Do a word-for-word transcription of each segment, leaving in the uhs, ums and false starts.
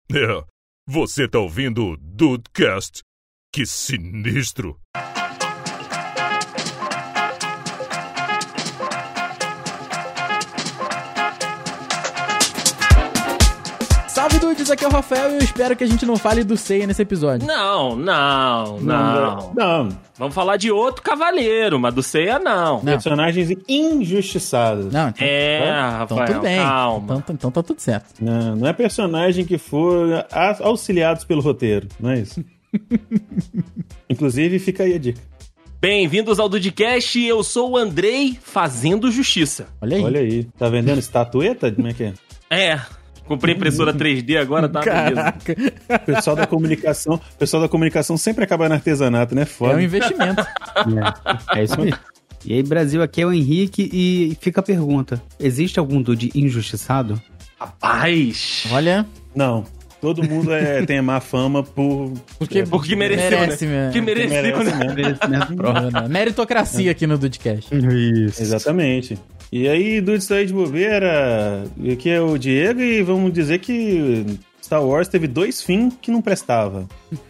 É, você tá ouvindo o Dudecast? Que sinistro! Salve, dudes! Aqui é o Rafael e eu espero que a gente não fale do Seiya nesse episódio. Não, não, não. Não. não. Vamos falar de outro cavaleiro, mas do Seiya não. Não. Personagens injustiçados. Não, então, É, então Rafael, tudo bem. calma. Então, então tá tudo certo. Não, não é personagem que for a- auxiliados pelo roteiro, não é isso? Inclusive, fica aí a dica. Bem-vindos ao Dudecast, eu sou o Andrei, fazendo justiça. Olha aí. Olha aí. Tá vendendo estatueta? Como é que é? É, comprei impressora três D agora, tá beleza. Caraca. O pessoal da comunicação, o pessoal da comunicação sempre acaba no artesanato, né? É um Foda. investimento. É, é isso aí. E aí, Brasil, aqui é o Henrique e fica a pergunta: existe algum dude injustiçado? Rapaz, Olha, Não. Todo mundo é, tem má fama por... porque, porque mereceu, merece, né? né? Que mereceu, merece né? mesmo. Merecimento próprio. Né? Meritocracia aqui no Dudecast. Isso. Exatamente. E aí, Dudes tá aí de bobeira. E aqui é o Diego e vamos dizer que Star Wars teve dois fins que não prestava.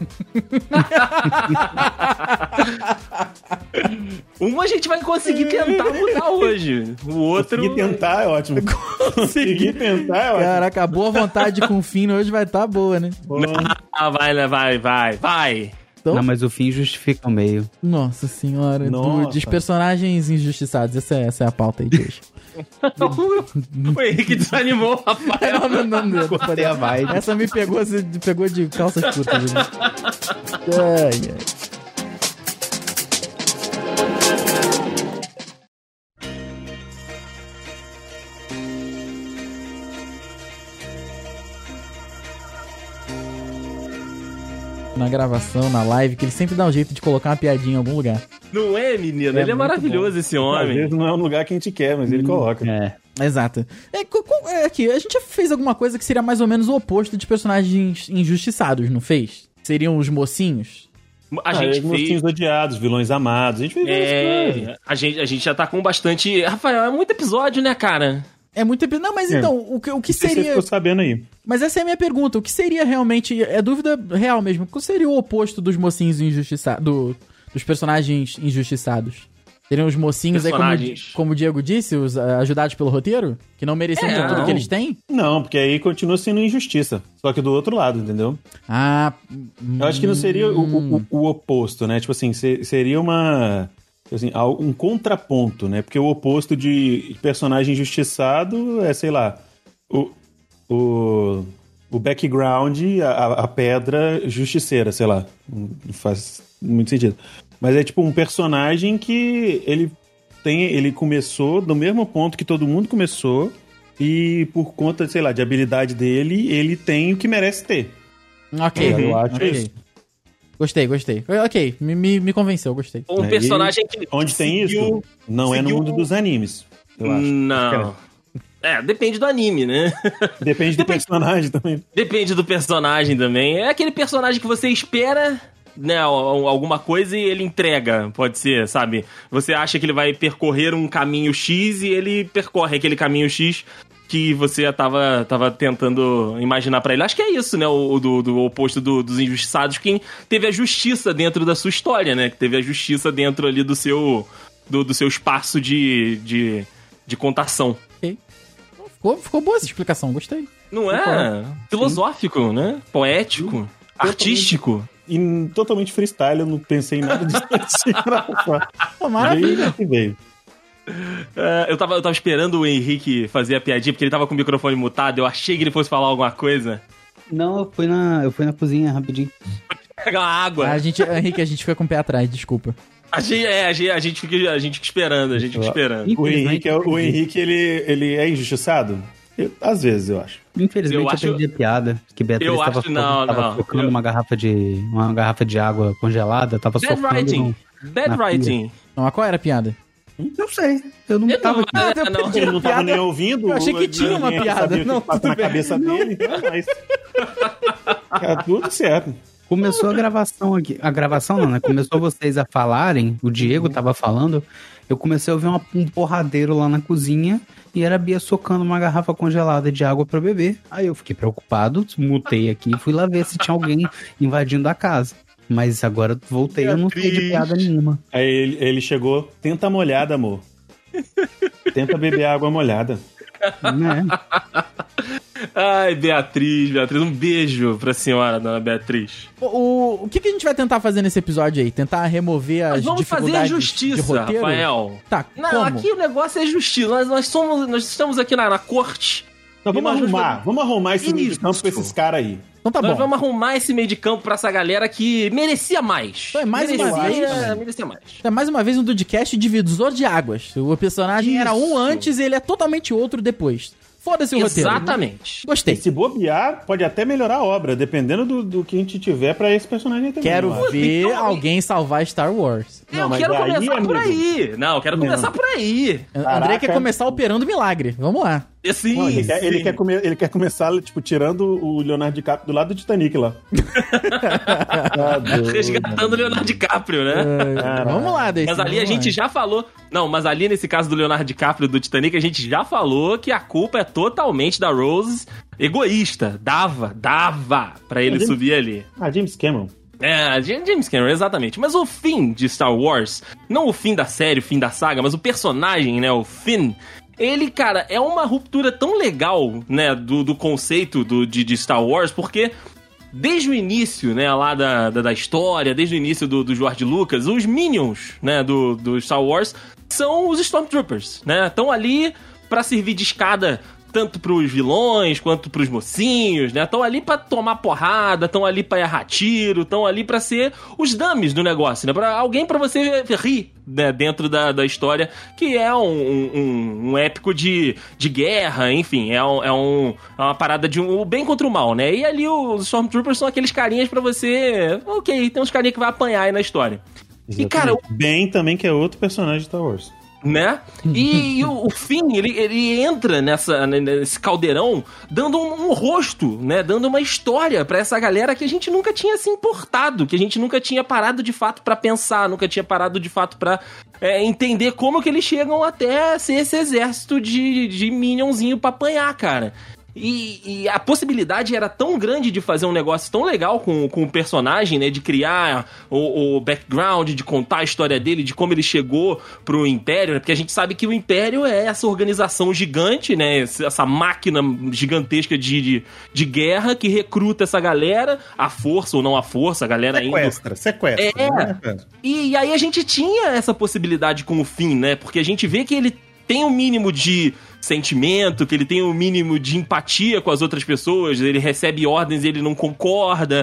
Um a gente vai conseguir tentar mudar hoje. O outro... Conseguir tentar é ótimo. Conseguir tentar é ótimo. Caraca, a boa vontade com o Fino hoje vai estar boa, né? Bom, Ah, vai, né, vai, vai, vai. Então, Não, mas o fim justifica o meio. nossa senhora, Nossa. dudes, personagens injustiçados. Essa é, essa é a pauta aí de hoje. O Henrique desanimou, rapaz. Não, não, não, não, Cortei a vibe. Essa me pegou, se- pegou de calças curtas. né? Ai, ai. Na gravação, na live, que ele sempre dá um jeito de colocar uma piadinha em algum lugar. Não é, menino? É Ele é muito maravilhoso, esse às homem. vezes não é um lugar que a gente quer, mas ele coloca. É. Exato. É, co- co- é aqui, a gente já fez alguma coisa que seria mais ou menos o oposto de personagens injustiçados, não fez? Seriam os mocinhos? A Ah, gente os mocinhos fez... odiados, vilões amados. A gente fez várias coisas. É, a gente, a gente já tá com bastante... Rafael, é muito episódio, né, cara? É muito... epi- Não, mas É. então, o que, o que Não sei se você seria... ficou sabendo aí. Mas essa é a minha pergunta. O que seria realmente... É dúvida real mesmo. O que seria o oposto dos mocinhos injustiçados? Do, dos personagens injustiçados? Seriam os mocinhos aí, como, Personagens. como o Diego disse, os ah, ajudados pelo roteiro? Que não mereciam É, ter tudo não. que eles têm? Não, porque aí continua sendo injustiça. Só que do outro lado, entendeu? Ah... Eu acho que não seria o, o- o oposto, né? Tipo assim, se- seria uma... Assim, al- um contraponto, né? Porque o oposto de personagem injustiçado é, sei lá, o, o, o background, a, a pedra justiceira, sei lá. Não faz muito sentido. Mas é tipo um personagem que ele tem, ele começou do mesmo ponto que todo mundo começou e por conta, sei lá, de habilidade dele, ele tem o que merece ter. Ok, Eu acho ok. isso. Gostei, gostei. Ok, me, me, me convenceu, gostei. Um Aí, personagem que Onde tem seguiu- isso? Não é no seguiu- mundo dos animes, eu acho. Não. É, depende do anime, né? Depende do personagem também. Depende do personagem também. É aquele personagem que você espera, né, al- alguma coisa e ele entrega, pode ser, sabe? Você acha que ele vai percorrer um caminho X e ele percorre aquele caminho X que você tava, tava tentando imaginar pra ele. Acho que é isso, né, o, o do, do oposto do- dos injustiçados, quem teve a justiça dentro da sua história, né? Que teve a justiça dentro ali do seu, do, do seu espaço de, de, de contação. Ficou, ficou boa essa explicação, gostei. Não é? Filosófico, né? Poético, artístico. E totalmente freestyle, eu não pensei em nada disso. Pô, maravilha. Veio que veio. É, eu, tava, eu tava esperando o Henrique fazer a piadinha, porque ele tava com o microfone mutado, eu achei que ele fosse falar alguma coisa. Não, eu fui na, eu fui na cozinha rapidinho. Pegar uma água. A gente, Henrique, a gente fica com o pé atrás, desculpa. A gente, é, a gente, a gente, fica, a gente fica esperando, a gente fica esperando. O Henrique, é, o Henrique ele, ele é injustiçado? Eu- às vezes, eu acho. Infelizmente Eu eu, acho- perdi a piada. Que Beatriz Eu tava, acho- não, tava não. focando Eu- uma garrafa de uma garrafa de água congelada, tava Bad socando. writing. no- Bad na writing. Não, mas qual era a piada? Não sei, eu não Eu tava não- aqui. é, não. Ele não tava nem ouvindo. Eu achei que tinha uma ninguém piada. sabia o que Não, passa tudo na bem. cabeça dele. Não, mas... É tudo certo. Começou a gravação aqui. A gravação não, né? Começou vocês a falarem, o Diego tava falando, eu comecei a ouvir uma, um porradeiro lá na cozinha e era a Bia socando uma garrafa congelada de água pra beber. Aí eu fiquei preocupado, mutei aqui e fui lá ver se tinha alguém invadindo a casa. Mas agora voltei, eu não sei de piada nenhuma. Aí ele, ele chegou, tenta molhada, amor. Tenta beber água molhada. Né? Ai, Beatriz, Beatriz, um beijo pra senhora, dona Beatriz. O, o, o que, que a gente vai tentar fazer nesse episódio aí? Tentar remover as Nós vamos fazer dificuldades justiça, de roteiro? Rafael. Tá, Não, como? aqui o negócio é justiça. Nós, nós, somos, nós estamos aqui na, na corte. Então vamos E nós arrumar, vamos- vamos arrumar esse meio de Isso. campo pra esses caras aí. Então tá Nós bom. vamos arrumar esse meio de campo pra essa galera que merecia mais. Então é mais uma merecia, vez- merecia mais. É mais uma vez um Dudcast divisor de águas. O personagem era um Isso. antes e ele é totalmente outro depois. Foda-se o roteiro. Exatamente. E Gostei. se bobear, pode até melhorar a obra, dependendo do, do que a gente tiver pra esse personagem também. Quero eu acho. ver Então- alguém salvar Star Wars. Não, eu mas quero aí, começar por amigo- aí. Não, eu quero Não. começar por aí. Caraca. André quer começar operando milagre. Vamos lá. Sim, Não, ele, quer, sim. ele, quer come- ele quer começar, tipo, tirando o Leonardo DiCaprio do lado do Titanic lá. Tá doido. Resgatando o Leonardo DiCaprio, né? É, vamos lá, Daisy. Mas ali a vamos gente lá. já falou. Não, mas ali nesse caso do Leonardo DiCaprio do Titanic, a gente já falou que a culpa é totalmente da Rose egoísta. Dava, dava pra ele Mas ele- subir ali. Ah, James Cameron. É, James Cameron, exatamente. Mas o fim de Star Wars, não o fim da série, o fim da saga, mas o personagem, né, o Finn, ele, cara, é uma ruptura tão legal, né, do, do conceito do, de, de Star Wars, porque desde o início, né, lá da, da, da história, desde o início do, do George Lucas, os Minions, né, do, do Star Wars são os Stormtroopers, né, estão ali pra servir de escada tanto pros vilões quanto pros mocinhos, né? Estão ali pra tomar porrada, estão ali pra errar tiro, estão ali pra ser os dummies do negócio, né? Pra alguém pra você rir, né? Dentro da, da história, que é um, um, um épico de, de guerra, enfim, é, um, é, um, é uma parada de um o bem contra o mal, né? E ali os Stormtroopers são aqueles carinhas pra você... Ok, tem uns carinhas que vai apanhar aí na história. E, cara, o Ben também, que é outro personagem de Star Wars. né? E, e o, o Finn, ele, ele entra nessa, nesse caldeirão dando um, um rosto, né? Dando uma história pra essa galera que a gente nunca tinha se importado, que a gente nunca tinha parado de fato pra pensar, nunca tinha parado de fato pra é, entender como que eles chegam até ser esse exército de, de minionzinho pra apanhar, cara. E, e a possibilidade era tão grande de fazer um negócio tão legal com, com o personagem, né? De criar o, o background, de contar a história dele, de como ele chegou pro Império, né? Porque a gente sabe que o Império é essa organização gigante, né? Essa máquina gigantesca de, de, de guerra que recruta essa galera, a força ou não a força, a galera indo... Sequestra, sequestra. É. Né? E, e aí a gente tinha essa possibilidade com o Finn, né? Porque a gente vê que ele tem um mínimo de sentimento, que ele tem um mínimo de empatia com as outras pessoas, ele recebe ordens e ele não concorda,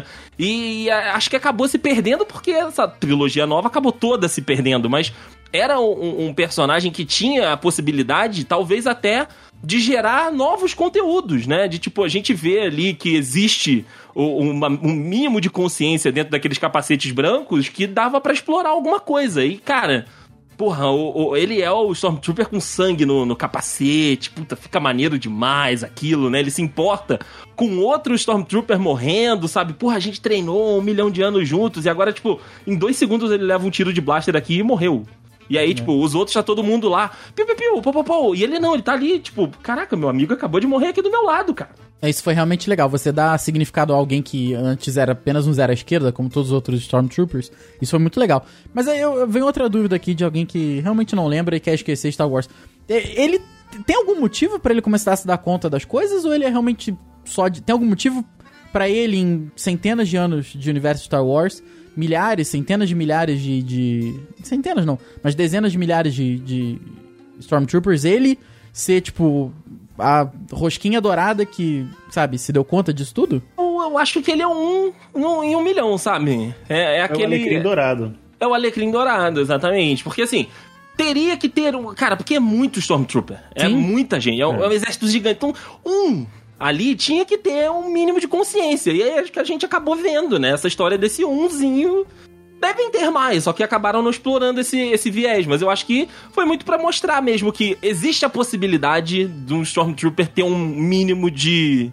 e a, acho que acabou se perdendo porque essa trilogia nova acabou toda se perdendo, mas era um, um personagem que tinha a possibilidade, talvez até, de gerar novos conteúdos, né? De tipo, a gente vê ali que existe uma, um mínimo de consciência dentro daqueles capacetes brancos que dava pra explorar alguma coisa, e cara... Porra, o, o, ele é o Stormtrooper com sangue no, no capacete, puta, fica maneiro demais aquilo, né? Ele se importa com outro Stormtrooper morrendo, sabe? Porra, a gente treinou um milhão de anos juntos e agora, tipo, em dois segundos ele leva um tiro de blaster aqui e morreu. E aí, é. tipo, os outros tá todo mundo lá, piu, piu, piu, pô, pô, pô. E ele não, ele tá ali, tipo, caraca, meu amigo acabou de morrer aqui do meu lado, cara. Isso foi realmente legal, você dá significado a alguém que antes era apenas um zero à esquerda, como todos os outros Stormtroopers, isso foi muito legal. Mas aí eu, eu venho outra dúvida aqui de alguém que realmente não lembra e quer esquecer Star Wars. Ele tem algum motivo pra ele começar a se dar conta das coisas, ou ele é realmente só de... Tem algum motivo pra ele, em centenas de anos de universo Star Wars, milhares, centenas de milhares de... de... Centenas não, mas dezenas de milhares de, de Stormtroopers, ele ser, tipo... a rosquinha dourada que, sabe, se deu conta disso tudo? Eu, eu acho que ele é um, um em um milhão, sabe? É, é aquele... É o alecrim dourado. É o alecrim dourado, exatamente. Porque, assim, teria que ter um... Cara, porque é muito Stormtrooper. É Sim. muita gente. É um, É. é um exército gigante. Então, um ali tinha que ter um mínimo de consciência. E aí acho que a gente acabou vendo, né? Essa história desse umzinho... Devem ter mais, só que acabaram não explorando esse, esse viés. Mas eu acho que foi muito pra mostrar mesmo que existe a possibilidade de um Stormtrooper ter um mínimo de,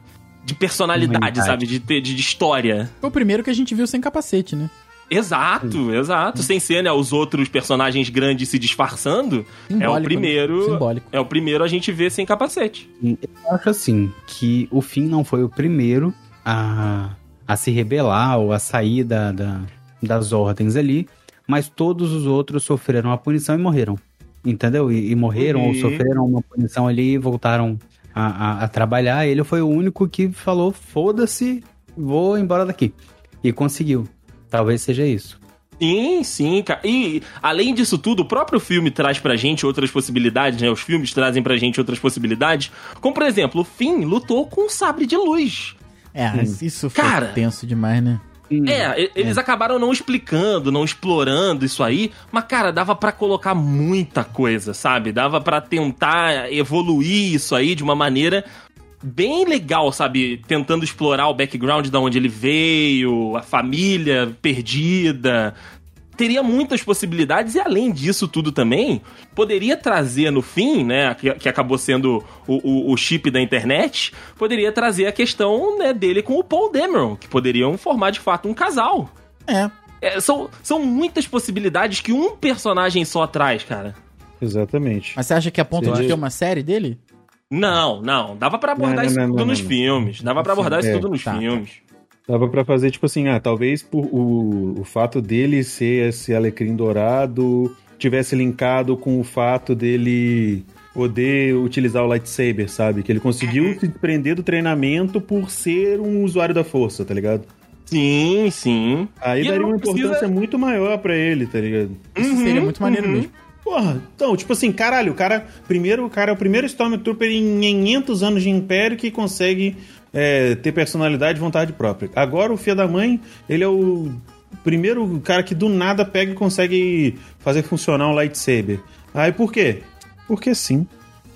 de personalidade, Humanidade. sabe? De, de, de história. Foi o primeiro que a gente viu sem capacete, né? Exato, hum. exato. Sem ser, né, os outros personagens grandes se disfarçando. Simbólico, é o primeiro. né? Simbólico. É o primeiro a gente vê sem capacete. Eu acho assim, que o Finn não foi o primeiro a, a se rebelar ou a sair da, da, das ordens ali, mas todos os outros sofreram a punição e morreram. Entendeu? E, e morreram Uhum. ou sofreram uma punição ali e voltaram a, a, a trabalhar. Ele foi o único que falou, foda-se, vou embora daqui. E conseguiu. Talvez seja isso. Sim, sim, cara. E, além disso tudo, o próprio filme traz pra gente outras possibilidades, né? Os filmes trazem pra gente outras possibilidades. Como, por exemplo, o Finn lutou com um sabre de luz. É, mas isso foi Cara, tenso demais, né? É, eles é. acabaram não explicando, não explorando isso aí, mas, cara, dava pra colocar muita coisa, sabe? Dava pra tentar evoluir isso aí de uma maneira bem legal, sabe? Tentando explorar o background de onde ele veio, a família perdida. Teria muitas possibilidades e, além disso tudo também, poderia trazer no fim, né, que, que acabou sendo o, o, o chip da internet, poderia trazer a questão, né, dele com o Paul Dameron, que poderiam formar de fato um casal. É. É, são, são muitas possibilidades que um personagem só traz, cara. Exatamente. Mas você acha que a ponto Sim. de ter uma série dele? Não, não. Dava pra abordar Não, não, isso não, tudo não, nos não. filmes. Dava pra abordar isso É, tudo nos tá, filmes. Dava pra fazer, tipo assim, ah, talvez por o, o fato dele ser esse alecrim dourado tivesse linkado com o fato dele poder utilizar o lightsaber, sabe? Que ele conseguiu se desprender do treinamento por ser um usuário da força, tá ligado? Sim, sim. Aí E daria não uma precisa- importância muito maior pra ele, tá ligado? Isso Uhum, seria muito maneiro uhum. mesmo. Porra, então, tipo assim, caralho, o cara, primeiro, o cara é o primeiro Stormtrooper em quinhentos anos de Império que consegue é, ter personalidade e vontade própria. Agora o filho da mãe, ele é o primeiro cara que do nada pega e consegue fazer funcionar um lightsaber. Aí por quê? Porque sim.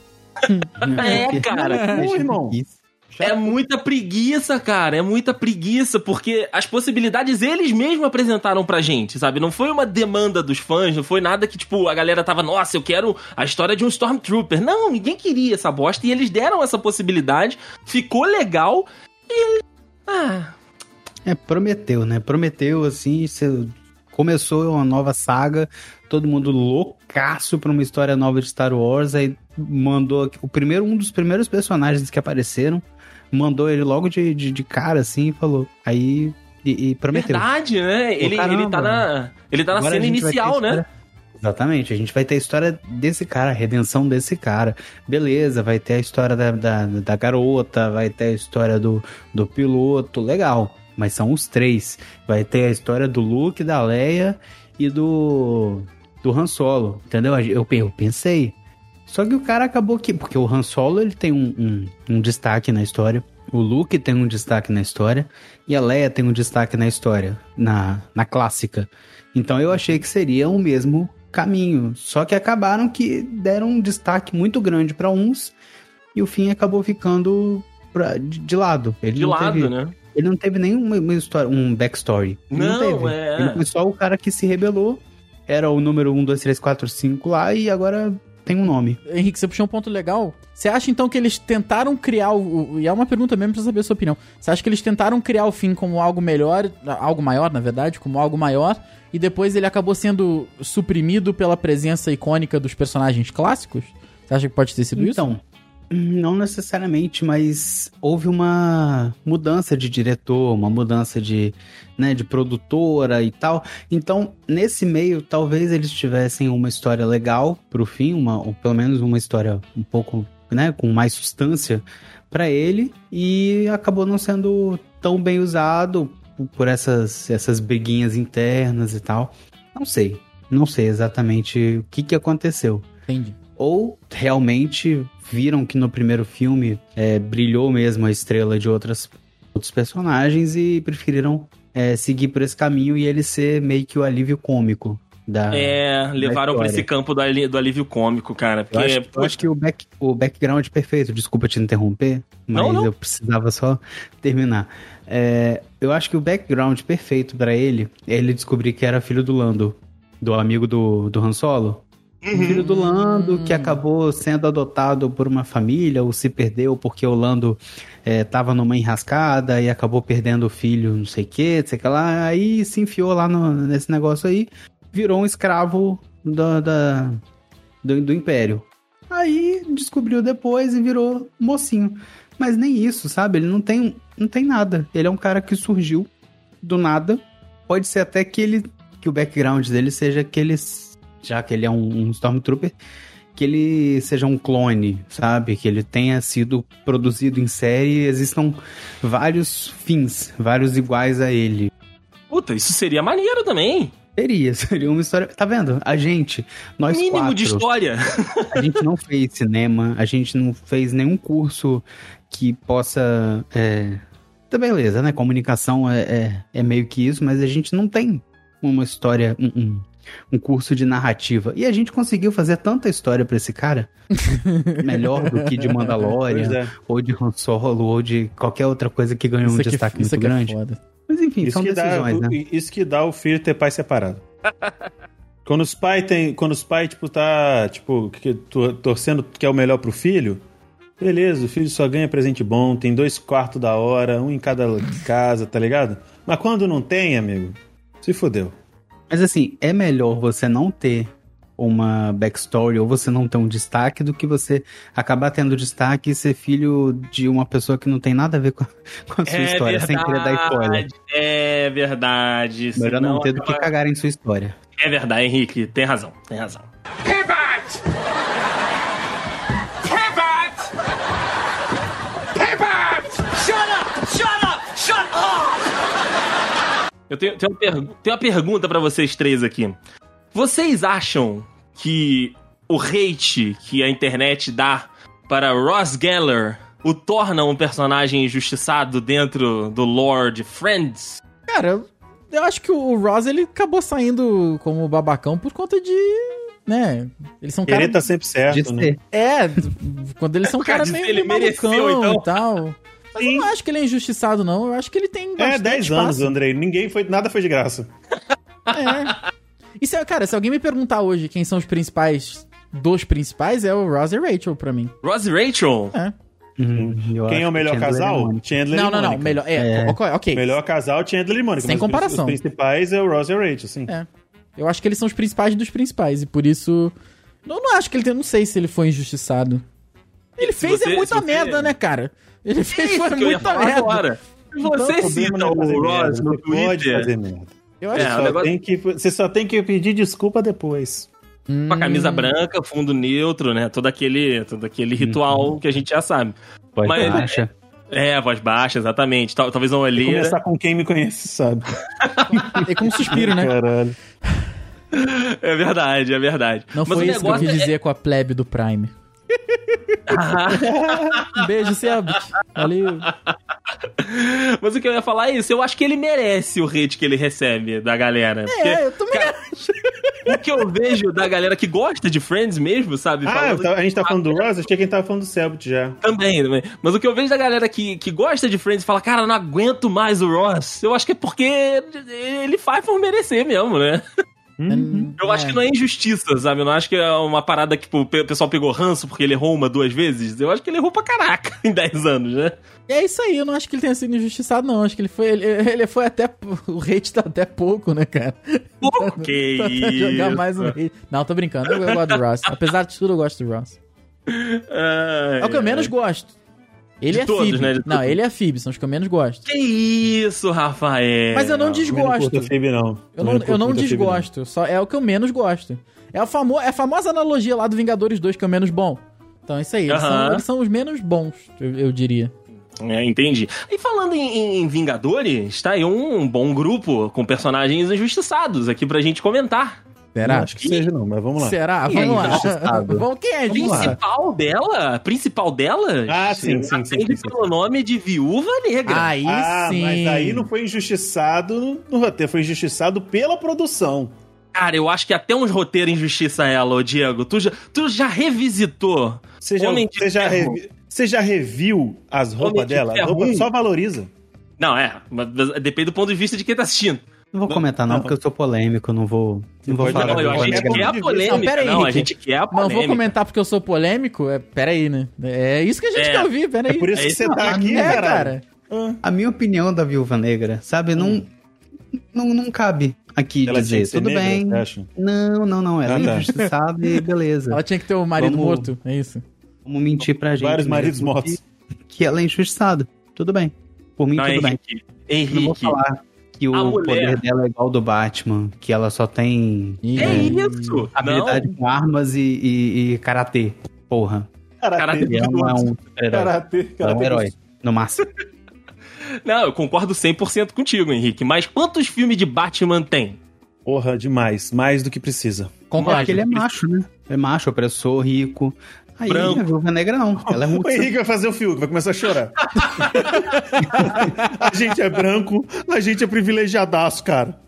É, cara. Pô, irmão. É muita preguiça, cara. É muita preguiça, porque as possibilidades eles mesmos apresentaram pra gente, sabe? Não foi uma demanda dos fãs, não foi nada que, tipo, a galera tava, nossa, eu quero a história de um Stormtrooper. Não, ninguém queria essa bosta e eles deram essa possibilidade, ficou legal e... Ah... É, prometeu, né? Prometeu, assim, cê... começou uma nova saga, todo mundo loucaço pra uma história nova de Star Wars, aí mandou o primeiro, um dos primeiros personagens que apareceram, mandou ele logo de, de, de cara, assim, e falou. Aí, e, e prometeu. Verdade, né? Ele, caramba, ele tá na, ele tá na Agora cena a gente vai ter inicial, né? história- Exatamente, a gente vai ter a história desse cara, a redenção desse cara. Beleza, vai ter a história da, da, da garota, vai ter a história do, do piloto, legal. Mas são os três. Vai ter a história do Luke, da Leia e do, do Han Solo, entendeu? Eu, eu pensei. Só que o cara acabou que... Porque o Han Solo, ele tem um, um, um destaque na história. O Luke tem um destaque na história. E a Leia tem um destaque na história. Na, na clássica. Então eu achei que seria o mesmo caminho. Só que acabaram que deram um destaque muito grande para uns. E o fim acabou ficando pra, de, de lado. Ele De não lado, teve, né? Ele não teve nenhuma uma história, um backstory. Ele Não, teve. é. Ele foi só o cara que se rebelou. Era o número um, dois, três, quatro, cinco lá. E agora tem um nome. Henrique, você puxou um ponto legal. Você acha então que eles tentaram criar o, o... E é uma pergunta mesmo pra saber a sua opinião. Você acha que eles tentaram criar o Finn como algo melhor, algo maior, na verdade, como algo maior, e depois ele acabou sendo suprimido pela presença icônica dos personagens clássicos? Você acha que pode ter sido isso? Então, não necessariamente, mas houve uma mudança de diretor, uma mudança de, né, de produtora e tal. Então, nesse meio, talvez eles tivessem uma história legal pro fim, uma, ou pelo menos uma história um pouco, né, com mais substância pra ele, e acabou não sendo tão bem usado por essas, essas briguinhas internas e tal. Não sei, não sei exatamente o que, que aconteceu. Entendi. Ou realmente viram que no primeiro filme é, brilhou mesmo a estrela de outras, outros personagens e preferiram é, seguir por esse caminho e ele ser meio que o alívio cômico da É, levaram pra história. esse campo do, ali- do alívio cômico, cara. Eu Porque, acho, eu acho que o, back, o background é perfeito, desculpa te interromper, mas Não, não. eu precisava só terminar. É, eu acho que o background perfeito pra ele é ele descobrir que era filho do Lando, do amigo do, do Han Solo. O filho do Lando, que acabou sendo adotado por uma família, ou se perdeu porque o Lando é, tava numa enrascada e acabou perdendo o filho, não sei o que, sei que lá. Aí se enfiou lá no, nesse negócio aí, virou um escravo da, da, do, do Império. Aí descobriu depois e virou mocinho. Mas nem isso, sabe? Ele não tem, não tem nada. Ele é um cara que surgiu do nada. Pode ser até que ele que o background dele seja que ele, já que ele é um, um Stormtrooper, que ele seja um clone, sabe? Que ele tenha sido produzido em série e existam vários fins, vários iguais a ele. Puta, isso seria maneiro também. Seria, seria uma história... Tá vendo? A gente, nós Mínimo quatro... de história. A gente não fez cinema, a gente não fez nenhum curso que possa... É... Tá beleza, né? Comunicação é, é, é meio que isso, mas a gente não tem uma história, um, um, um curso de narrativa. E a gente conseguiu fazer tanta história pra esse cara, melhor do que de Mandalorian, é. ou de Han Solo, ou de qualquer outra coisa que ganhou isso um destaque muito grande. É mas enfim, isso são que decisões, dá, né? Isso que dá o filho ter pai separado. Quando os pais tem, quando os pais tipo tá, tipo, que, torcendo que é o melhor pro filho, beleza, o filho só ganha presente bom, tem dois quartos da hora, um em cada casa, tá ligado? Mas quando não tem, amigo, se fodeu. Mas assim, é melhor você não ter uma backstory ou você não ter um destaque do que você acabar tendo destaque e ser filho de uma pessoa que não tem nada a ver com a, com a sua é história, verdade, sem querer dar spoiler. É verdade. Melhor não ter acaba... do que cagar em sua história. É verdade, Henrique, tem razão, tem razão. Pivot! Pivot! Pivot! Shut up! Shut up! Shut up! Eu tenho, tenho, uma, pergu- tenho uma pergunta pra vocês três aqui. Vocês acham que o hate que a internet dá para Ross Geller o torna um personagem injustiçado dentro do lore de Friends? Cara, eu, eu acho que o Ross, ele acabou saindo como babacão por conta de... né? Eles são Ele cara... tá sempre certo, né? É, quando eles são Por causa cara disso, meio ele malucão mereceu, então. e tal. Mas eu não acho que ele é injustiçado, não. Eu acho que ele tem É, bastante dez espaço. anos, Andrei. Ninguém foi, nada foi de graça. É. E se, cara, se alguém me perguntar hoje quem são os principais, dos principais, é o Ross e Rachel pra mim. Ross e Rachel? É. Uhum, Quem é o melhor casal? Chandler Não, e não, não. Mônica. Melhor, é, É. ok. ok. Melhor casal, Chandler e Mônica. Sem mas comparação. Os principais é o Ross e a Rachel, sim. É. Eu acho que eles são os principais dos principais. E por isso... Eu não acho que ele tem... Não sei se ele foi injustiçado. Ele Se fez você- é muita se você- merda, né, cara? Ele fez Isso foi que eu ia muita falar merda. agora. Então, Você o problema cita não é o fazer Ross merda, no você pode Twitter fazer merda. Eu É, acho Só o negócio- tem que, você só tem que pedir desculpa depois. com a camisa branca, fundo neutro, né? Todo aquele, todo aquele ritual que a gente já sabe. Pode Mas- baixa. É, voz baixa, exatamente. Tal- Talvez uma Tem que olheira. começar com quem me conhece, sabe? É como um suspiro, né? Caralho. É verdade, é verdade. Não Mas foi o isso que eu negócio quis é- dizer com a plebe do Prime. Um beijo, Selbit. Valeu. Mas o que eu ia falar é isso. Eu acho que ele merece o hate que ele recebe da galera. Porque, É, eu também cara, o que eu vejo da galera que gosta de Friends mesmo, sabe? Ah, Falando- a gente tá falando do Ross? Achei que a gente tava falando do Selbit já. Também, também. Mas o que eu vejo da galera que, que gosta de Friends e fala, cara, não aguento mais o Ross. Eu acho que é porque ele faz por merecer mesmo, né? Hum, Eu acho é. que não é injustiça, sabe? Eu não acho que é uma parada que tipo, o pe- pessoal pegou ranço porque ele errou uma, duas vezes. Eu acho que ele errou pra caraca em dez anos, né? É isso aí, eu não acho que ele tenha sido injustiçado, não. Acho que ele foi. Ele, ele foi até. O hate tá até pouco, né, cara? Pô, que Pra jogar isso. mais um hate. Não, tô brincando. Eu, eu gosto do Ross. Apesar de tudo, eu gosto do Ross. Ai, É o que eu ai. menos gosto. Ele De é todos, Phoebe. né? De Não, todos. ele é Phoebe, são os que eu menos gosto. Que isso, Rafael. Mas eu não Também não desgosto. curto a Phoebe, não. Eu Também não, curto eu não muito a Phoebe, desgosto. Só é o que eu menos gosto. É a, famo, é a famosa analogia lá do Vingadores dois, que é o menos bom. Então é isso aí. Eles, Aham. são, eles são os menos bons, eu, eu diria. É, entendi. E falando em, em- em Vingadores, tá aí um bom grupo com personagens injustiçados aqui pra gente comentar. Será? Não acho que seja, não, mas vamos lá. Será? Quem é Vamos lá. injustiçado? Vamos, quem é Vamos lá. injustiçado? Principal dela, principal dela, Ah, sim, sim, sim, atende sim, sim. pelo nome de Viúva Negra. Aí Ah, sim. mas aí não foi injustiçado no roteiro, foi injustiçado pela produção. Cara, eu acho que até uns roteiros injustiça ela, ô Diego. Tu já, tu já revisitou Você já, Homem de você já, Ferro. revi- você já reviu as Homem roupas de dela? A Ferro roupa um. só valoriza. Não, é, mas depende do ponto de vista de quem tá assistindo. Não vou comentar não, não. porque eu sou polêmico, não vou, não vou pode falar. Não, eu, a gente quer a polêmica. Não, pera aí, não, a Rick. gente quer a Não polêmica. vou comentar porque eu sou polêmico. É, pera aí, né? É isso que a gente É. quer ouvir, pera É aí. por isso É que isso você tá aqui, É, caralho. cara. A minha opinião da Viúva Negra, sabe, não, não, não cabe aqui Ela tinha dizer, que ser tudo negra, bem. você acha? Não, não, não, ela Ah, é tá. injustiçada e beleza. Ela tinha que ter o marido Vamos- morto, é isso. Vamos mentir pra gente Vários mesmo maridos que- mortos. Que ela é injustiçada, tudo bem. Por mim, Não, tudo bem. Henrique. Não vou Henrique. falar que o a mulher- poder dela é igual ao do Batman, que ela só tem Ih, É é, isso. habilidade com armas e, e, e karatê. Porra. Karatê. E ela não é um super-herói. Karatê, Ela é um karatê. herói, no máximo. Não, eu concordo cem por cento contigo, Henrique. Mas quantos filmes de Batman tem? Porra, demais. Mais do que precisa. Concordo. Porque ele é macho, né? É macho, opressor, rico. Aí Branco. a Viúva Negra não. Ela é O muito... Henrique vai fazer o Fiuk, vai começar a chorar. A gente é branco, a gente é privilegiadaço, cara.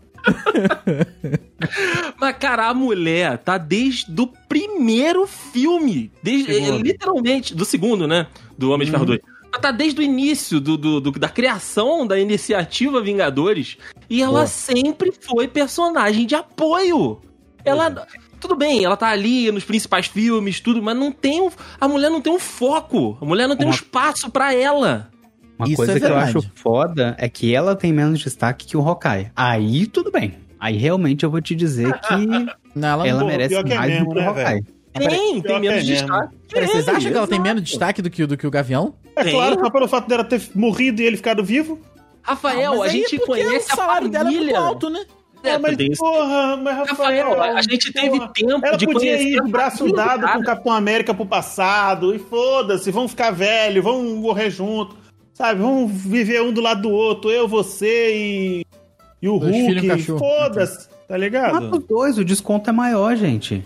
Mas, cara, a mulher tá desde o primeiro filme. Desde, Segundo. é, literalmente, do segundo, né? Do Homem de Ferro dois. Ela tá desde o início do, do- do- da criação da iniciativa Vingadores. E ela Pô. sempre foi personagem de apoio. Ela. Tudo bem, ela tá ali nos principais filmes, tudo, mas não tem um, a mulher não tem um foco. A mulher não tem um Uma- espaço pra ela. Uma Isso coisa é que eu verdade. acho foda é que ela tem menos destaque que o Hawkeye. Aí tudo bem. Aí realmente eu vou te dizer que Não, ela ela não... Pô, merece pior que é mais mesmo, do que o né, Hawkeye. velho? Tem, pior tem que menos é mesmo. destaque. Pera, vocês Tem, acham que ela tem exato. menos destaque do que, o- do que o Gavião? É Tem. claro, só pelo fato dela ter morrido e ele ficado vivo. Rafael, Ah, mas a aí gente é porque conhece o salário a dela é muito família. alto, né? É, Ah, mas tem isso. porra, mas Rafael... Rafael, a gente teve porra, tempo ela de podia conhecer ir a de braço família do dado cara. com o Capitão América pro passado, e foda-se, vamos ficar velho, vamos morrer junto, sabe? Vamos viver um do lado do outro, eu, você e, e o Dois filhos e um Hulk, cachorro. foda-se, tá Mata ligado? os dois, o desconto é maior, gente.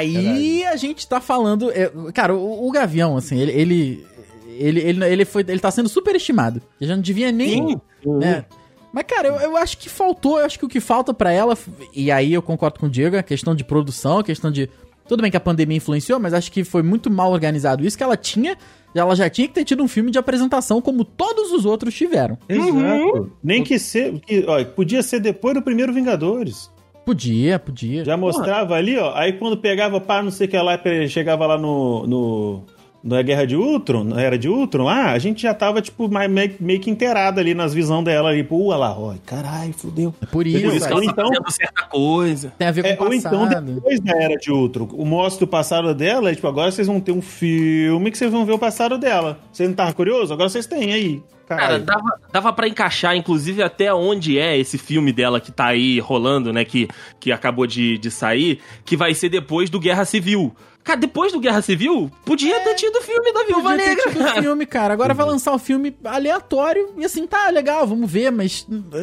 Aí a gente tá falando... é, cara, o, o Gavião, assim, ele... Ele, ele, ele, ele, foi, ele tá sendo superestimado. Ele já não devia nem... Sim. né? Mas, cara, eu, eu acho que faltou, eu acho que o que falta pra ela, e aí eu concordo com o Diego, a questão de produção, a questão de... Tudo bem que a pandemia influenciou, mas acho que foi muito mal organizado isso, que ela tinha, ela já tinha que ter tido um filme de apresentação como todos os outros tiveram. Exato. Nem que ser, que, ó, podia ser depois do primeiro Vingadores. Podia, podia. Já mostrava ali, ó, aí quando pegava pá, não sei o que lá, chegava lá no... no... Na Guerra de Ultron, na Era de Ultron lá, a gente já tava, tipo, mais- meio, meio que inteirado ali nas visões dela ali. Pô, olha lá, ó, caralho, fudeu. É por Entendeu? isso, Ou aí Ela tá então- fazendo certa coisa. tem a ver com É, o ou então passado. depois da Era de Ultron, o mostra o passado dela, e, tipo, agora vocês vão ter um filme que vocês vão ver o passado dela. Vocês não estavam curiosos? Agora vocês têm aí. Cara, Caralho. dava, dava pra encaixar, inclusive, até onde é esse filme dela que tá aí rolando, né? Que, que acabou de, de sair, que vai ser depois do Guerra Civil. Cara, depois do Guerra Civil, podia ter tido o filme da Viúva Podia ter Negra, tido cara. filme, cara. Agora vai lançar um filme aleatório e assim, tá legal, vamos ver, mas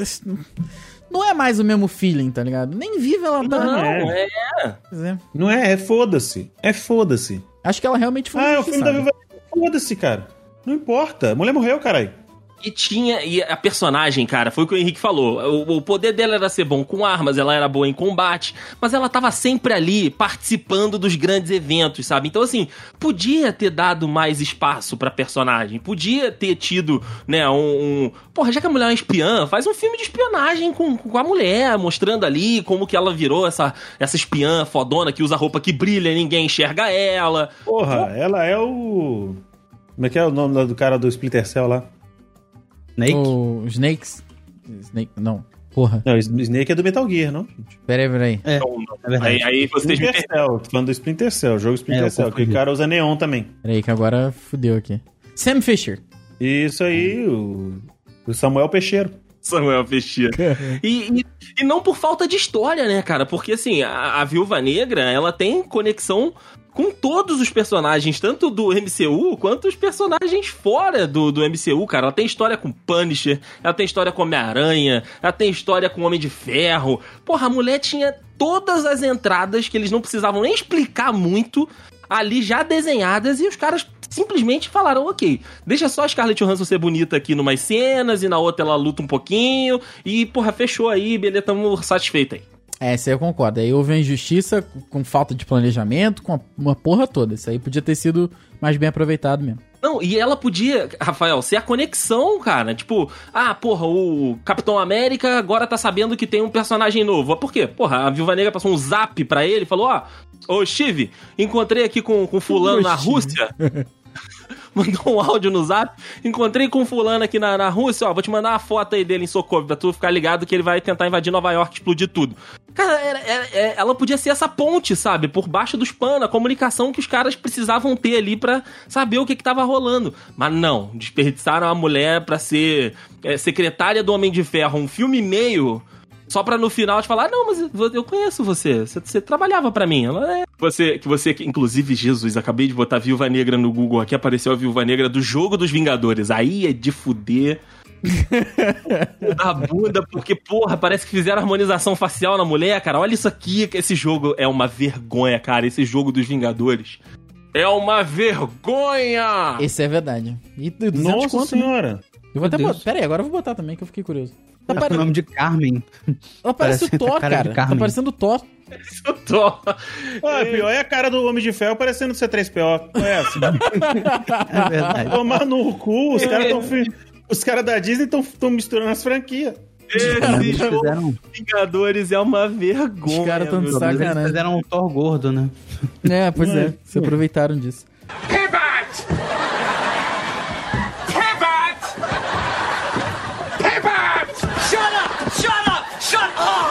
não é mais o mesmo feeling, tá ligado? Nem vive ela tá. Não, é. é. Pois é. Não é, é foda-se. É foda-se. Acho que ela realmente foi Ah, é o filme da injustiçada. Viúva Negra. Foda-se, cara. Não importa. A mulher morreu, caralho. E tinha. E a personagem, cara, foi o que o Henrique falou. O, o poder dela era ser bom com armas, ela era boa em combate, mas ela tava sempre ali participando dos grandes eventos, sabe? Então, assim, podia ter dado mais espaço pra personagem, podia ter tido, né, um. um... Porra, já que a mulher é uma espiã, faz um filme de espionagem com, com a mulher, mostrando ali como que ela virou essa, essa espiã fodona que usa roupa que brilha e ninguém enxerga ela. Porra, ela é o... Como é que é o nome lá do cara do Splinter Cell lá? Snake? O Snakes. Snake, não. Porra. Não, o Snake é do Metal Gear, não? Peraí, peraí. É, Então, é verdade. aí, aí vocês me Splinter Cell, tô falando do Splinter Cell, jogo Splinter É, eu Cell, que confundi. o cara usa neon também. Peraí, que agora fudeu aqui. Sam Fisher. Isso aí, o, o Samuel Peixeiro. Samuel Festia. E, e, e não por falta de história, né, cara? Porque, assim, a, a Viúva Negra, ela tem conexão com todos os personagens, tanto do M C U, quanto os personagens fora do, do M C U, cara. Ela tem história com Punisher, ela tem história com Homem-Aranha, ela tem história com Homem de Ferro. Porra, a mulher tinha todas as entradas que eles não precisavam nem explicar muito ali já desenhadas e os caras simplesmente falaram, ok, deixa só a Scarlett Johansson ser bonita aqui numas cenas e na outra ela luta um pouquinho e, porra, fechou aí, beleza, tamo satisfeito aí. É, isso aí eu concordo. Aí houve a injustiça com falta de planejamento, com uma porra toda. Isso aí podia ter sido mais bem aproveitado mesmo. Não, e ela podia, Rafael, ser a conexão, cara. Tipo, ah, porra, o Capitão América agora tá sabendo que tem um personagem novo. Por quê? Porra, a Viúva Negra passou um zap pra ele e falou, ó, ô Steve, encontrei aqui com, com fulano na Rússia. Mandou um áudio no zap. Encontrei com fulano aqui na, na Rússia, ó, vou te mandar uma foto aí dele em Sokovia pra tu ficar ligado que ele vai tentar invadir Nova York e explodir tudo. Cara, era, era, era, ela podia ser essa ponte, sabe? Por baixo dos panos, a comunicação que os caras precisavam ter ali pra saber o que que tava rolando. Mas não, desperdiçaram a mulher pra ser é, secretária do Homem de Ferro, um filme e meio... Só pra no final te falar, não, mas eu conheço você, você, você trabalhava pra mim. Ela é... Você, que você, inclusive, Jesus, acabei de botar Viúva Negra no Google aqui, apareceu a Viúva Negra do Jogo dos Vingadores. Aí é de fuder da bunda, porque, porra, parece que fizeram harmonização facial na mulher, cara. Olha isso aqui, esse jogo é uma vergonha, cara, esse Jogo dos Vingadores. É uma vergonha! Esse é verdade. E Nossa conto, senhora! Eu vou até botar. Pera aí, agora eu vou botar também, que eu fiquei curioso. Tá pare... o nome de Carmen. Ela parece o Thor, cara. Tá parecendo o Thor. Parece o Thor. Ah, pior é a cara do Homem de Ferro parecendo o C três P O. Não é essa? É verdade. Tomar no cu, os caras tão... Os caras da Disney estão misturando as franquias. Esse jogo fizeram... Vingadores é uma vergonha. Os caras estão de sacanagem. Eles fizeram um Thor gordo, né? É, pois é. é. Se aproveitaram disso. Pivot! Pivot! Pivot! Shut up! Shut up! Shut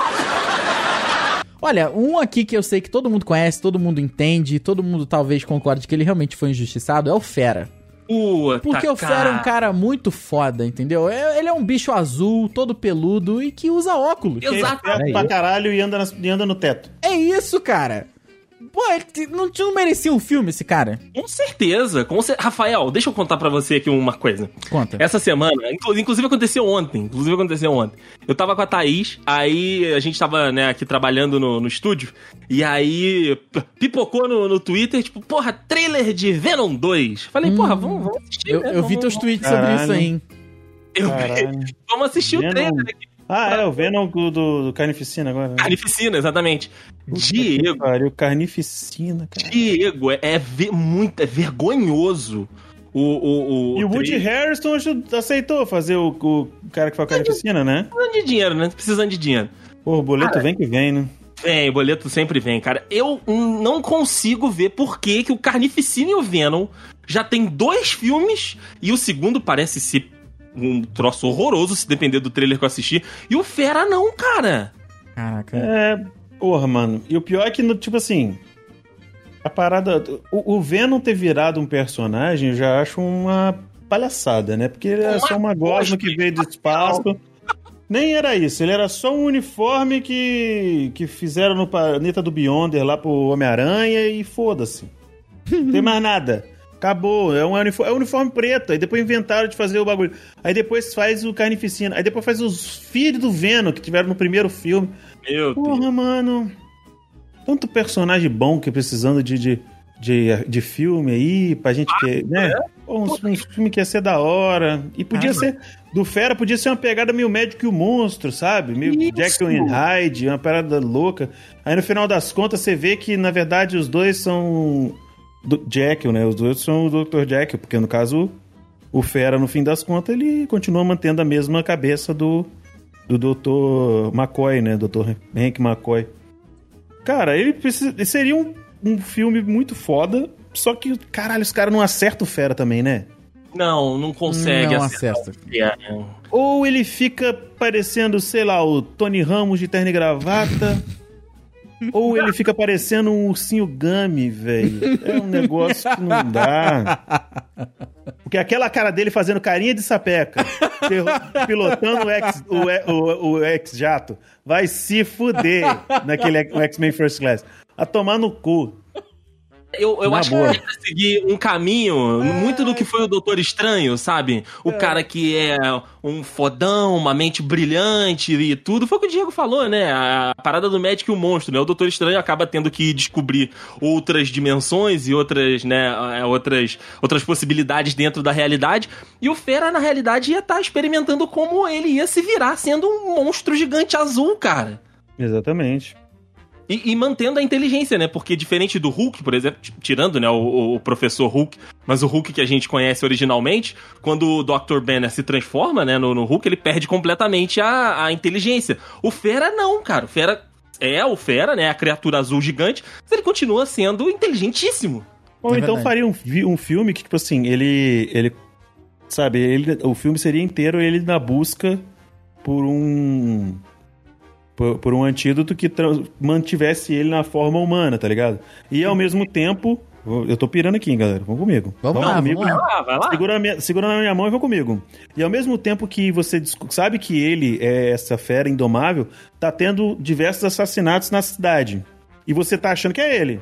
up! Olha, um aqui que eu sei que todo mundo conhece, todo mundo entende, todo mundo talvez concorde que ele realmente foi injustiçado, é o Fera. Puta, Porque o Fera é um cara muito foda, entendeu? Ele é um bicho azul, todo peludo e que usa óculos. Exato. É pra caralho e anda, nas, e anda no teto. É isso, cara. Pô, ele não, não merecia um filme, esse cara? Com certeza. Com cer... Rafael, deixa eu contar pra você aqui uma coisa. Conta. Essa semana, inclusive aconteceu ontem, inclusive aconteceu ontem. Eu tava com a Thaís, aí a gente tava, né, aqui trabalhando no, no estúdio, e aí pipocou no, no Twitter, tipo, porra, trailer de Venom dois. Falei, hum, porra, vamos, vamos assistir, Eu, né? eu vamos, vi teus vamos... tweets sobre Caralho. isso aí, hein? Eu Caralho. vi. Vamos assistir Venom. o trailer aqui. Ah, é, o Venom do, do, do Carnificina agora. Né? Carnificina, exatamente. Puta Diego. que pariu, Carnificina, cara. Diego, é, é, ve- muito, é vergonhoso o, o, o E o Woody trailer. Harrelson aceitou fazer o, o cara que foi a Carnificina, né? Precisando de dinheiro, né? Precisando de dinheiro. Pô, o boleto Cara, vem que vem, né? Vem, o boleto sempre vem, cara. Eu não consigo ver por que, que o Carnificina e o Venom já tem dois filmes e o segundo parece ser um troço horroroso, se depender do trailer que eu assisti. E o Fera não, cara. Caraca. É, porra, mano. E o pior é que, no, tipo assim, a parada... O, o Venom ter virado um personagem, eu já acho uma palhaçada, né? Porque ele era Uma só uma gosma que veio do espaço. Nem era isso, ele era só um uniforme que, que fizeram no planeta do Beyonder lá pro Homem-Aranha e foda-se. Não tem mais nada. Acabou, é um uniforme, é um uniforme preto. Aí depois inventaram de fazer o bagulho. Aí depois faz o Carnificina. Aí depois faz os filhos do Venom que tiveram no primeiro filme. Meu Porra, Deus. mano. Tanto personagem bom que precisando de, de, de, de filme aí, pra gente que, né? Pô, uns, uns filmes que ia ser da hora. E podia Ah, ser. Do Fera podia ser uma pegada meio Médico e o Monstro, sabe? Meio Isso. Jekyll and Hyde, uma parada louca. Aí no final das contas você vê que, na verdade, os dois são. Do Jekyll, né? Os dois são o doutor Jekyll, porque no caso o Fera, no fim das contas, ele continua mantendo a mesma cabeça do, do doutor McCoy, né? doutor Hank McCoy. Cara, ele precisa, seria um, um filme muito foda, só que, caralho, os caras não acertam o Fera também, né? Não, não consegue Não acertar. acerta. É. Ou ele fica parecendo, sei lá, o Tony Ramos de terno e gravata... Ou ele fica parecendo um ursinho Gummy, velho. É um negócio que não dá. Porque aquela cara dele fazendo carinha de sapeca, pilotando o X, o, o, o X-Jato, vai se fuder naquele X-Men First Class. A tomar no cu. Eu, eu Na acho boa. que ele vai seguir um caminho muito do que foi o Doutor Estranho, sabe? O cara que é um fodão, uma mente brilhante e tudo. Foi o que o Diego falou, né? A parada do médico e o monstro, né? O Doutor Estranho acaba tendo que descobrir outras dimensões e outras, né? Outras, outras possibilidades dentro da realidade. E o Fera, na realidade, ia estar experimentando como ele ia se virar sendo um monstro gigante azul, cara. Exatamente. E, e mantendo a inteligência, né? Porque diferente do Hulk, por exemplo, tirando, né, o, o professor Hulk, mas o Hulk que a gente conhece originalmente, quando o doutor Banner se transforma, né, no, no Hulk, ele perde completamente a, a inteligência. O Fera não, cara. O Fera é o Fera, né, a criatura azul gigante, mas ele continua sendo inteligentíssimo. Ou É então verdade. faria um, vi- um filme que, tipo assim, ele... ele sabe, ele, o filme seria inteiro ele na busca por um... Por, por um antídoto que tra- mantivesse ele na forma humana, tá ligado? E ao mesmo tempo... Eu tô pirando aqui, hein, galera. Vão comigo. Vamos Vão lá, comigo. vamos Vai lá, vai lá. Segura, a minha, segura na minha mão e vão comigo. E ao mesmo tempo que você desco- sabe que ele é essa fera indomável, tá tendo diversos assassinatos na cidade. E você tá achando que é ele.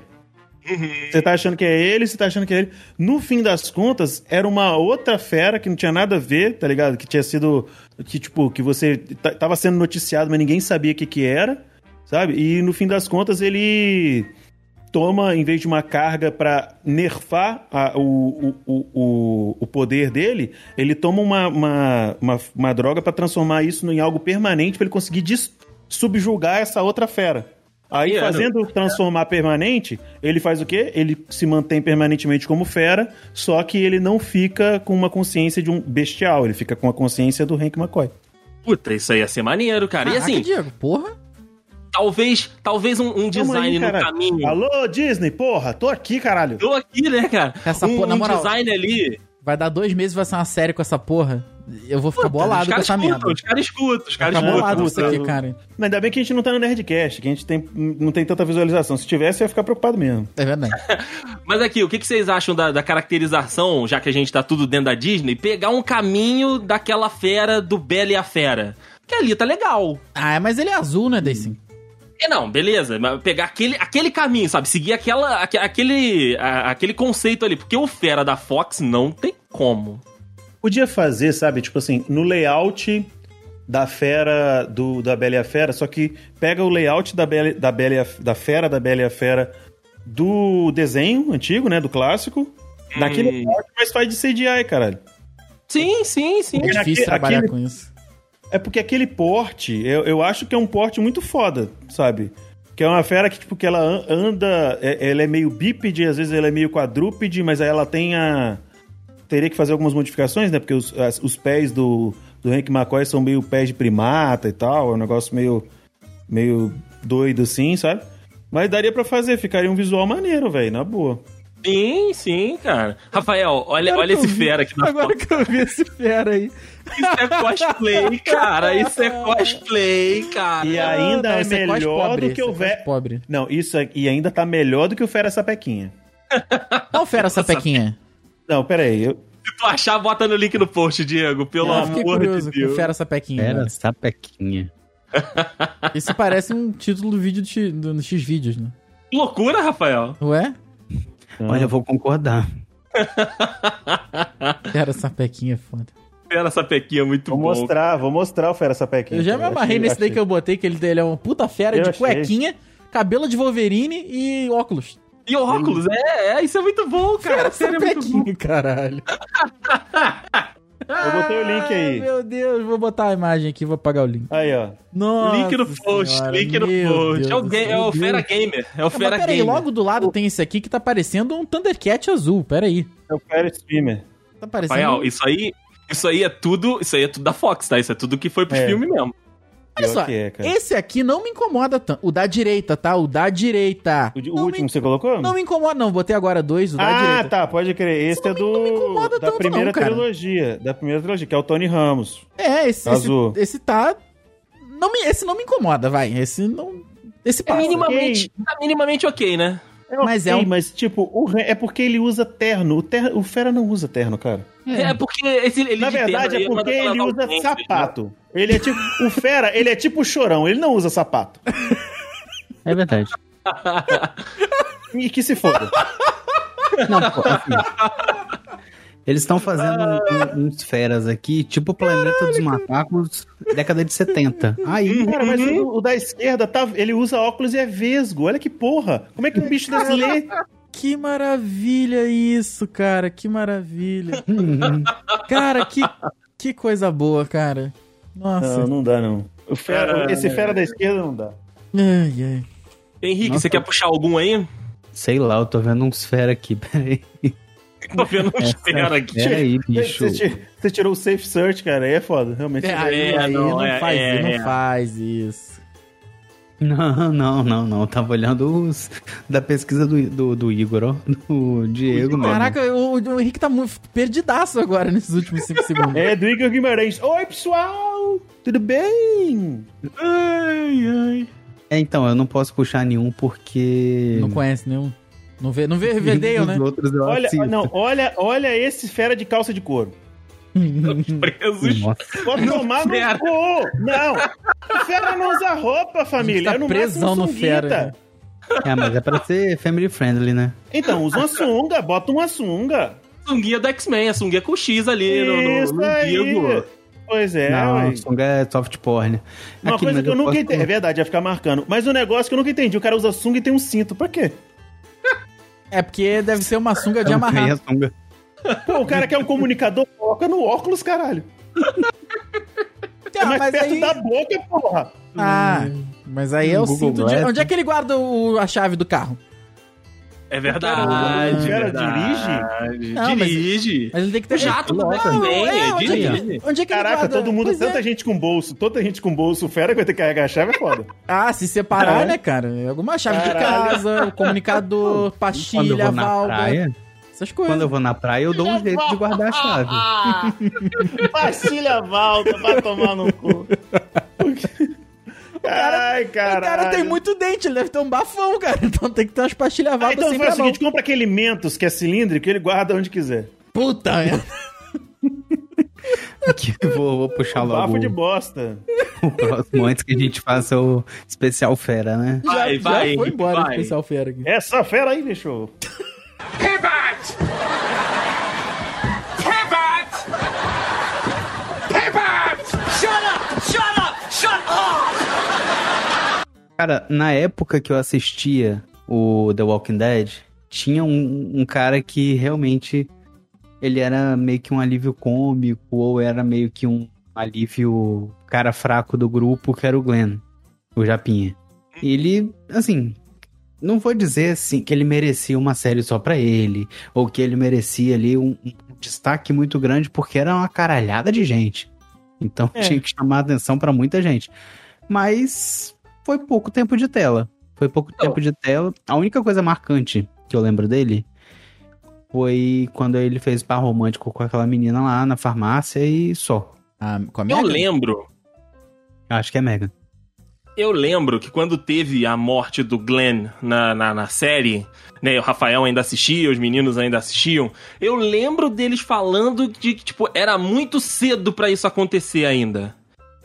Você tá achando que é ele, você tá achando que é ele. No fim das contas, era uma outra fera que não tinha nada a ver, tá ligado? Que tinha sido... Que, tipo, que você t- tava sendo noticiado, mas ninguém sabia o que que era, sabe? E no fim das contas, ele... toma, em vez de uma carga pra nerfar a- o, o, o, o- o poder dele, ele toma uma, uma, uma, uma droga pra transformar isso em algo permanente pra ele conseguir dis- subjugar essa outra fera. Aí, Maneiro. fazendo transformar permanente, ele faz o quê? Ele se mantém permanentemente como fera, só que ele não fica com uma consciência de um bestial, ele fica com a consciência do Hank McCoy. Puta, isso aí ia ser maneiro, cara. E Caraca, assim, Diego, porra. talvez, talvez um, um Tamo aí, design no caralho. caminho. Alô, Disney, porra, tô aqui, caralho. Tô aqui, né, cara? Essa um, porra, na um moral. design ali. Vai dar dois meses e vai ser uma série com essa porra. Eu vou ficar Puta, bolado os com caras essa escutam, merda. Os caras escutam, os Vai caras ficar bolado com escutam. isso puta, aqui, cara. Mas ainda bem que a gente não tá no Nerdcast, que a gente tem, não tem tanta visualização. Se tivesse, eu ia ficar preocupado mesmo. É verdade. Mas aqui, o que que vocês acham da, da caracterização, já que a gente tá tudo dentro da Disney, pegar um caminho daquela fera do Bela e a Fera? Que ali tá legal. Ah, mas ele é azul, né, Dacey? É, não, beleza, mas pegar aquele, aquele caminho, sabe? Seguir aquela, aque- aquele, a- aquele conceito ali. Porque o Fera da Fox não tem como. Podia fazer, sabe, tipo assim, no layout da fera, do, da Bela e a Fera, só que pega o layout da, Bela, da, Bela e a, da Fera, da Bela e a Fera do desenho antigo, né, do clássico, naquele layout, mas faz de C G I, caralho. Sim, sim, sim. É difícil aquele- trabalhar aquele- com isso. É porque aquele porte, eu, eu acho que é um porte muito foda, sabe? Que é uma fera que, tipo, que ela an- anda, é- ela é meio bípede, às vezes ela é meio quadrúpede, mas aí ela tem a... Teria que fazer algumas modificações, né? Porque os, as- os pés do, do Hank McCoy são meio pés de primata e tal, é um negócio meio, meio doido assim, sabe? Mas daria pra fazer, ficaria um visual maneiro, velho, na boa. Sim, sim, cara. Rafael, olha, olha esse fera aqui na Agora foto. que eu vi esse fera aí. Isso é cosplay, cara. Isso é cosplay, cara. E ainda não, é isso é cos melhor pobre, do que isso o é velho... cos pobre. Não, isso é... E ainda tá melhor do que o Fera Sapequinha. Qual fera essa pequinha? Não, pera aí, eu... Se tu achar, bota no link no post, Diego. Pelo Eu fiquei amor curioso de com Deus. fera essa pequinha. Era sapequinha. Isso parece um título do vídeo do, X- do, no X-Vídeos, né? Que loucura, Rafael. Ué? Olha, eu vou concordar. Fera essa pequinha é foda. Fera essa pequinha muito Vou bom. mostrar, vou mostrar o Fera Sapequinha. Eu já me amarrei nesse daí que eu botei, que ele, ele é uma puta fera Eu de achei. cuequinha, cabelo de Wolverine e óculos. E óculos, é, é, isso é muito bom, cara. Fera Sério, essa é muito bom. pequinha, caralho. Eu botei o link Ai, aí. meu Deus, vou botar a imagem aqui, vou apagar o link. Aí, ó. Nossa Link no post, senhora, link no meu post. Deus É o, do ga- céu, é o meu Fera Deus. Gamer. É o Ah, Fera mas peraí, Gamer. logo do lado tem esse aqui que tá parecendo um Thundercat azul, peraí. É o Fera Streamer. Tá parecendo... Rafael, isso aí, isso aí é tudo, isso aí é tudo da Fox, tá? Isso é tudo que foi pro É. filme mesmo. Olha Pior só, que é, cara. esse aqui não me incomoda tanto. O da direita, tá? O da direita. O, de- o Não último me- você colocou? Não me incomoda, não. Botei agora dois, o da ah, direita. tá, pode crer. Esse Isso é não me- não me do incomoda da tanto primeira não, cara. trilogia, da primeira trilogia, que é o Tony Ramos. É, esse, esse, Azul. esse tá... Não me, esse não me incomoda, vai. Esse não... Esse É passa. minimamente, tá minimamente ok, né? Mas é ok, um- mas tipo, o, Ren- é porque ele usa terno. O, terno. o Fera não usa terno, cara. É, porque esse, ele Na de verdade, terno aí é porque uma daquelas ele usa ausências, né? sapato. Ele é tipo. O Fera, ele é tipo o Chorão, ele não usa sapato. É verdade. E que se foda. Não, pô, assim, eles estão fazendo um- um- uns feras aqui, tipo o Planeta dos Macacos, década de setenta. Aí, Cara, mas o, o da esquerda, tá, ele usa óculos e é vesgo. Olha que porra. Como é que um bicho desse lê? Que maravilha isso, cara. Que maravilha. Cara, que, que coisa boa, cara. Nossa. Não, não dá, não. O fera, Ah, esse Fera da esquerda não dá. Ai, ai. Henrique, Nossa. você quer puxar algum aí? Sei lá, eu tô vendo uns fera aqui, peraí. Tô vendo uns fera aqui. Peraí, bicho. Você, ti- você tirou o safe search, cara, aí é foda, realmente. É, aí, É, aí não, não, é, faz, é, não é. faz isso. Não, não, não, não. Eu tava olhando os da pesquisa do, do, do Igor, ó. Do Diego, mesmo. Caraca, o, o Henrique tá muito perdidaço agora nesses últimos cinco segundos. É, do Igor Guimarães. Oi, pessoal! Tudo bem? Ai, ai. É, então, eu não posso puxar nenhum porque. Não conhece nenhum. Não vê, não vê Riverdale, né? Os outros eu Olha, assisto. não, olha, olha esse fera de calça de couro. Presos. Nossa. Pode tomar no fera. cu! Não! O fera não usa roupa, família. Tá Eu não presão no fera, né? É, mas é pra ser family friendly, né? Então, usa uma sunga, bota uma sunga. Sunguinha do X-Men, a sunguinha com X ali no, no, Isso no aí. umbigo. Pois é, não, ué. sunga é soft porn. Uma Aqui, coisa mas que eu nunca posso- entendi. É verdade, ia ficar marcando. Mas o negócio que eu nunca entendi: o cara usa sunga e tem um cinto. Pra quê? É porque deve ser uma sunga de Eu não amarrar. conheço sunga. Pô, o cara que é um comunicador, coloca no óculos, caralho. É Ah, mais mas perto aí... da boca, porra. Ah, mas aí é o Google cinto de... Glass. Onde é que ele guarda o- a chave do carro? É verdade. O cara verdade. Não, mas- dirige. Mas ele tem que ter... O jato Não, também, é, é, onde, é dirige. que, onde é que ele Caraca, guarda? todo mundo, Pois é. tanta gente com bolso, tanta gente com bolso, o fera que vai ter que carregar a chave é foda. Ah, se separar, É. né, cara? Alguma chave de Caralho. casa, o comunicador, Quando eu pastilha, vou na válvula, praia, essas coisas. quando eu vou na praia, eu dou um jeito de guardar a chave. Pastilha volta, vai tomar no cu. Ai, O caralho. cara tem muito dente, ele deve ter um bafão, cara. Então tem que ter umas pastilhas Ah, válvula então sempre faz à o mão. seguinte, compra aquele Mentos que é cilíndrico e ele guarda onde quiser. Puta merda. Aqui, eu vou, vou puxar logo Bafo de bosta. o próximo antes que a gente faça o especial fera, né? Vai, já, vai, já foi embora o vai. especial fera aqui. Essa fera aí, bicho. Pivot! Pivot! Pivot! Shut up! Shut up! Shut up! Cara, na época que eu assistia o The Walking Dead, tinha um, um cara que realmente ele era meio que um alívio cômico, ou era meio que um alívio cara fraco do grupo, que era o Glenn, o Japinha. Ele, assim, não vou dizer assim que ele merecia uma série só pra ele, ou que ele merecia ali um, um destaque muito grande, porque era uma caralhada de gente. Então É. tinha que chamar a atenção pra muita gente. Mas foi pouco tempo de tela. Foi pouco tempo de tela. A única coisa marcante que eu lembro dele foi quando ele fez par romântico com aquela menina lá na farmácia e só. Ah, com a Eu Megan? lembro, Eu acho que é Megan. eu lembro que quando teve a morte do Glenn na, na, na série, né, o Rafael ainda assistia, os meninos ainda assistiam, eu lembro deles falando de que, tipo, era muito cedo pra isso acontecer ainda.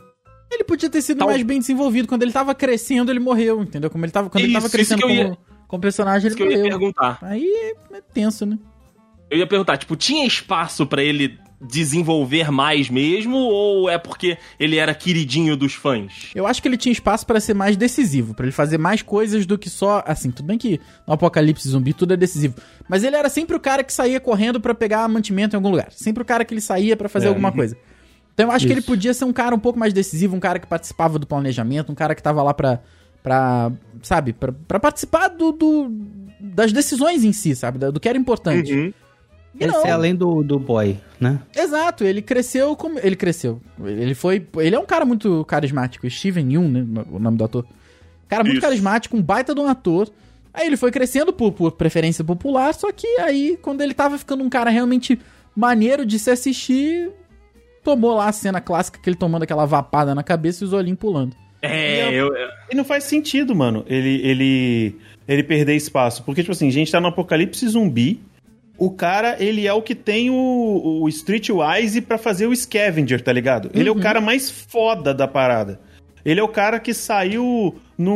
Ele podia ter sido Tal- mais bem desenvolvido. Quando ele tava crescendo, ele morreu, entendeu? Como ele tava, quando ele tava Isso, isso crescendo que eu como, ia- como personagem, Isso que ele eu ia morreu. perguntar. Aí é tenso, né? Eu ia perguntar, tipo, tinha espaço pra ele desenvolver mais mesmo, ou é porque ele era queridinho dos fãs? Eu acho que ele tinha espaço pra ser mais decisivo, pra ele fazer mais coisas do que só, assim, tudo bem que no apocalipse zumbi tudo é decisivo, mas ele era sempre o cara que saía correndo pra pegar mantimento em algum lugar, sempre o cara que ele saía pra fazer É. alguma coisa. Então eu acho que ele Isso. podia ser um cara um pouco mais decisivo, um cara que participava do planejamento, um cara que tava lá pra, pra sabe, pra, pra participar do, do- das decisões em si, sabe, do que era importante. Uhum. E Esse não. é além do, do boy, né? Exato, ele cresceu como. Ele cresceu. Ele foi. Ele é um cara muito carismático. Steven Yeun, né? O nome do ator. Cara muito Isso. carismático, um baita de um ator. Aí ele foi crescendo por, por preferência popular, só que aí, quando ele tava ficando um cara realmente maneiro de se assistir, tomou lá a cena clássica que ele tomando aquela vapada na cabeça e os olhinhos pulando. É, eu... E não faz sentido, mano, ele, ele, ele perder espaço. Porque, tipo assim, a gente tá no apocalipse zumbi. O cara, ele é o que tem o, o Streetwise pra fazer o Scavenger, tá ligado? Ele é o cara mais foda da parada. Ele é o cara que saiu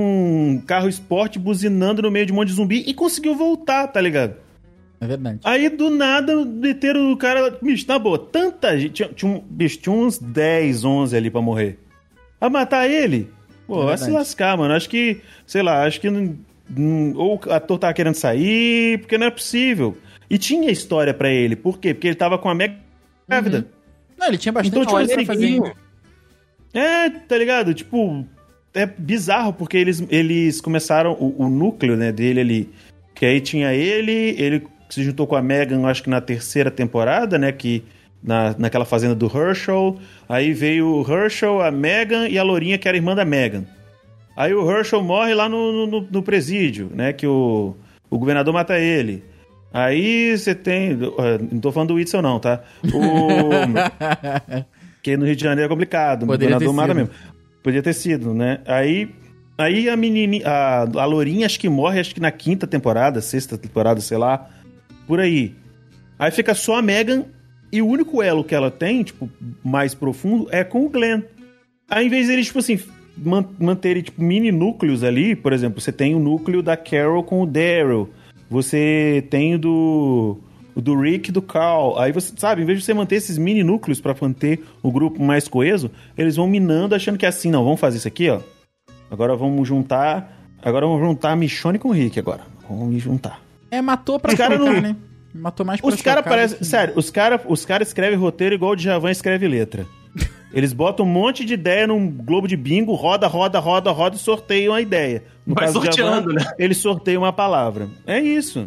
num carro esporte buzinando no meio de um monte de zumbi e conseguiu voltar, tá ligado? É verdade. Aí, do nada, meteram o cara... Bicho, na boa, tanta gente... Tinha, tinha um, bicho, tinha uns dez, onze ali pra morrer. A matar ele? Pô, É vai se verdade. lascar, mano. Acho que, sei lá, acho que... não- não- ou o ator tava querendo sair, porque não é possível. E tinha história pra ele. Por quê? Porque ele tava com a Meg grávida. Não, ele tinha bastante Então, tipo, coisa pra ele- fazer ainda. É, tá ligado? Tipo, é bizarro, porque eles, eles começaram o, o núcleo, né, dele ali, que aí tinha ele, ele se juntou com a Megan, acho que na terceira temporada, né, que na, naquela fazenda do Herschel, aí veio o Herschel, a Megan e a Lourinha, que era irmã da Megan. Aí o Herschel morre lá no, no, no presídio, né, que o, o governador mata ele. Aí você tem, não tô falando do Whitson não, tá? O... que no Rio de Janeiro é complicado, o governador mata mesmo. Podia ter sido, né? Aí, aí a menininha, a, a Lourinha acho que morre, acho que na quinta temporada, sexta temporada, sei lá, por aí. Aí fica só a Megan e o único elo que ela tem, tipo, mais profundo, é com o Glenn. Aí, em vez de eles, tipo assim, man, manterem, tipo, mini núcleos ali, por exemplo, você tem o núcleo da Carol com o Daryl, você tem o do... o do Rick e do Carl. Aí você, sabe, em vez de você manter esses mini núcleos pra manter o grupo mais coeso, eles vão minando achando que é assim, não, vamos fazer isso aqui, ó. Agora vamos juntar, agora vamos juntar a Michonne com o Rick agora. Vamos me juntar. É, matou pra Os cara chocar, não... né? Matou mais pra Os caras chocar parecem... do que- Sério, os caras os cara escrevem roteiro igual o Djavan escreve letra. Eles botam um monte de ideia num globo de bingo, roda, roda, roda, roda e sorteiam a ideia. No Vai caso do sorteando, Djavan, né? eles sorteiam uma palavra. É isso.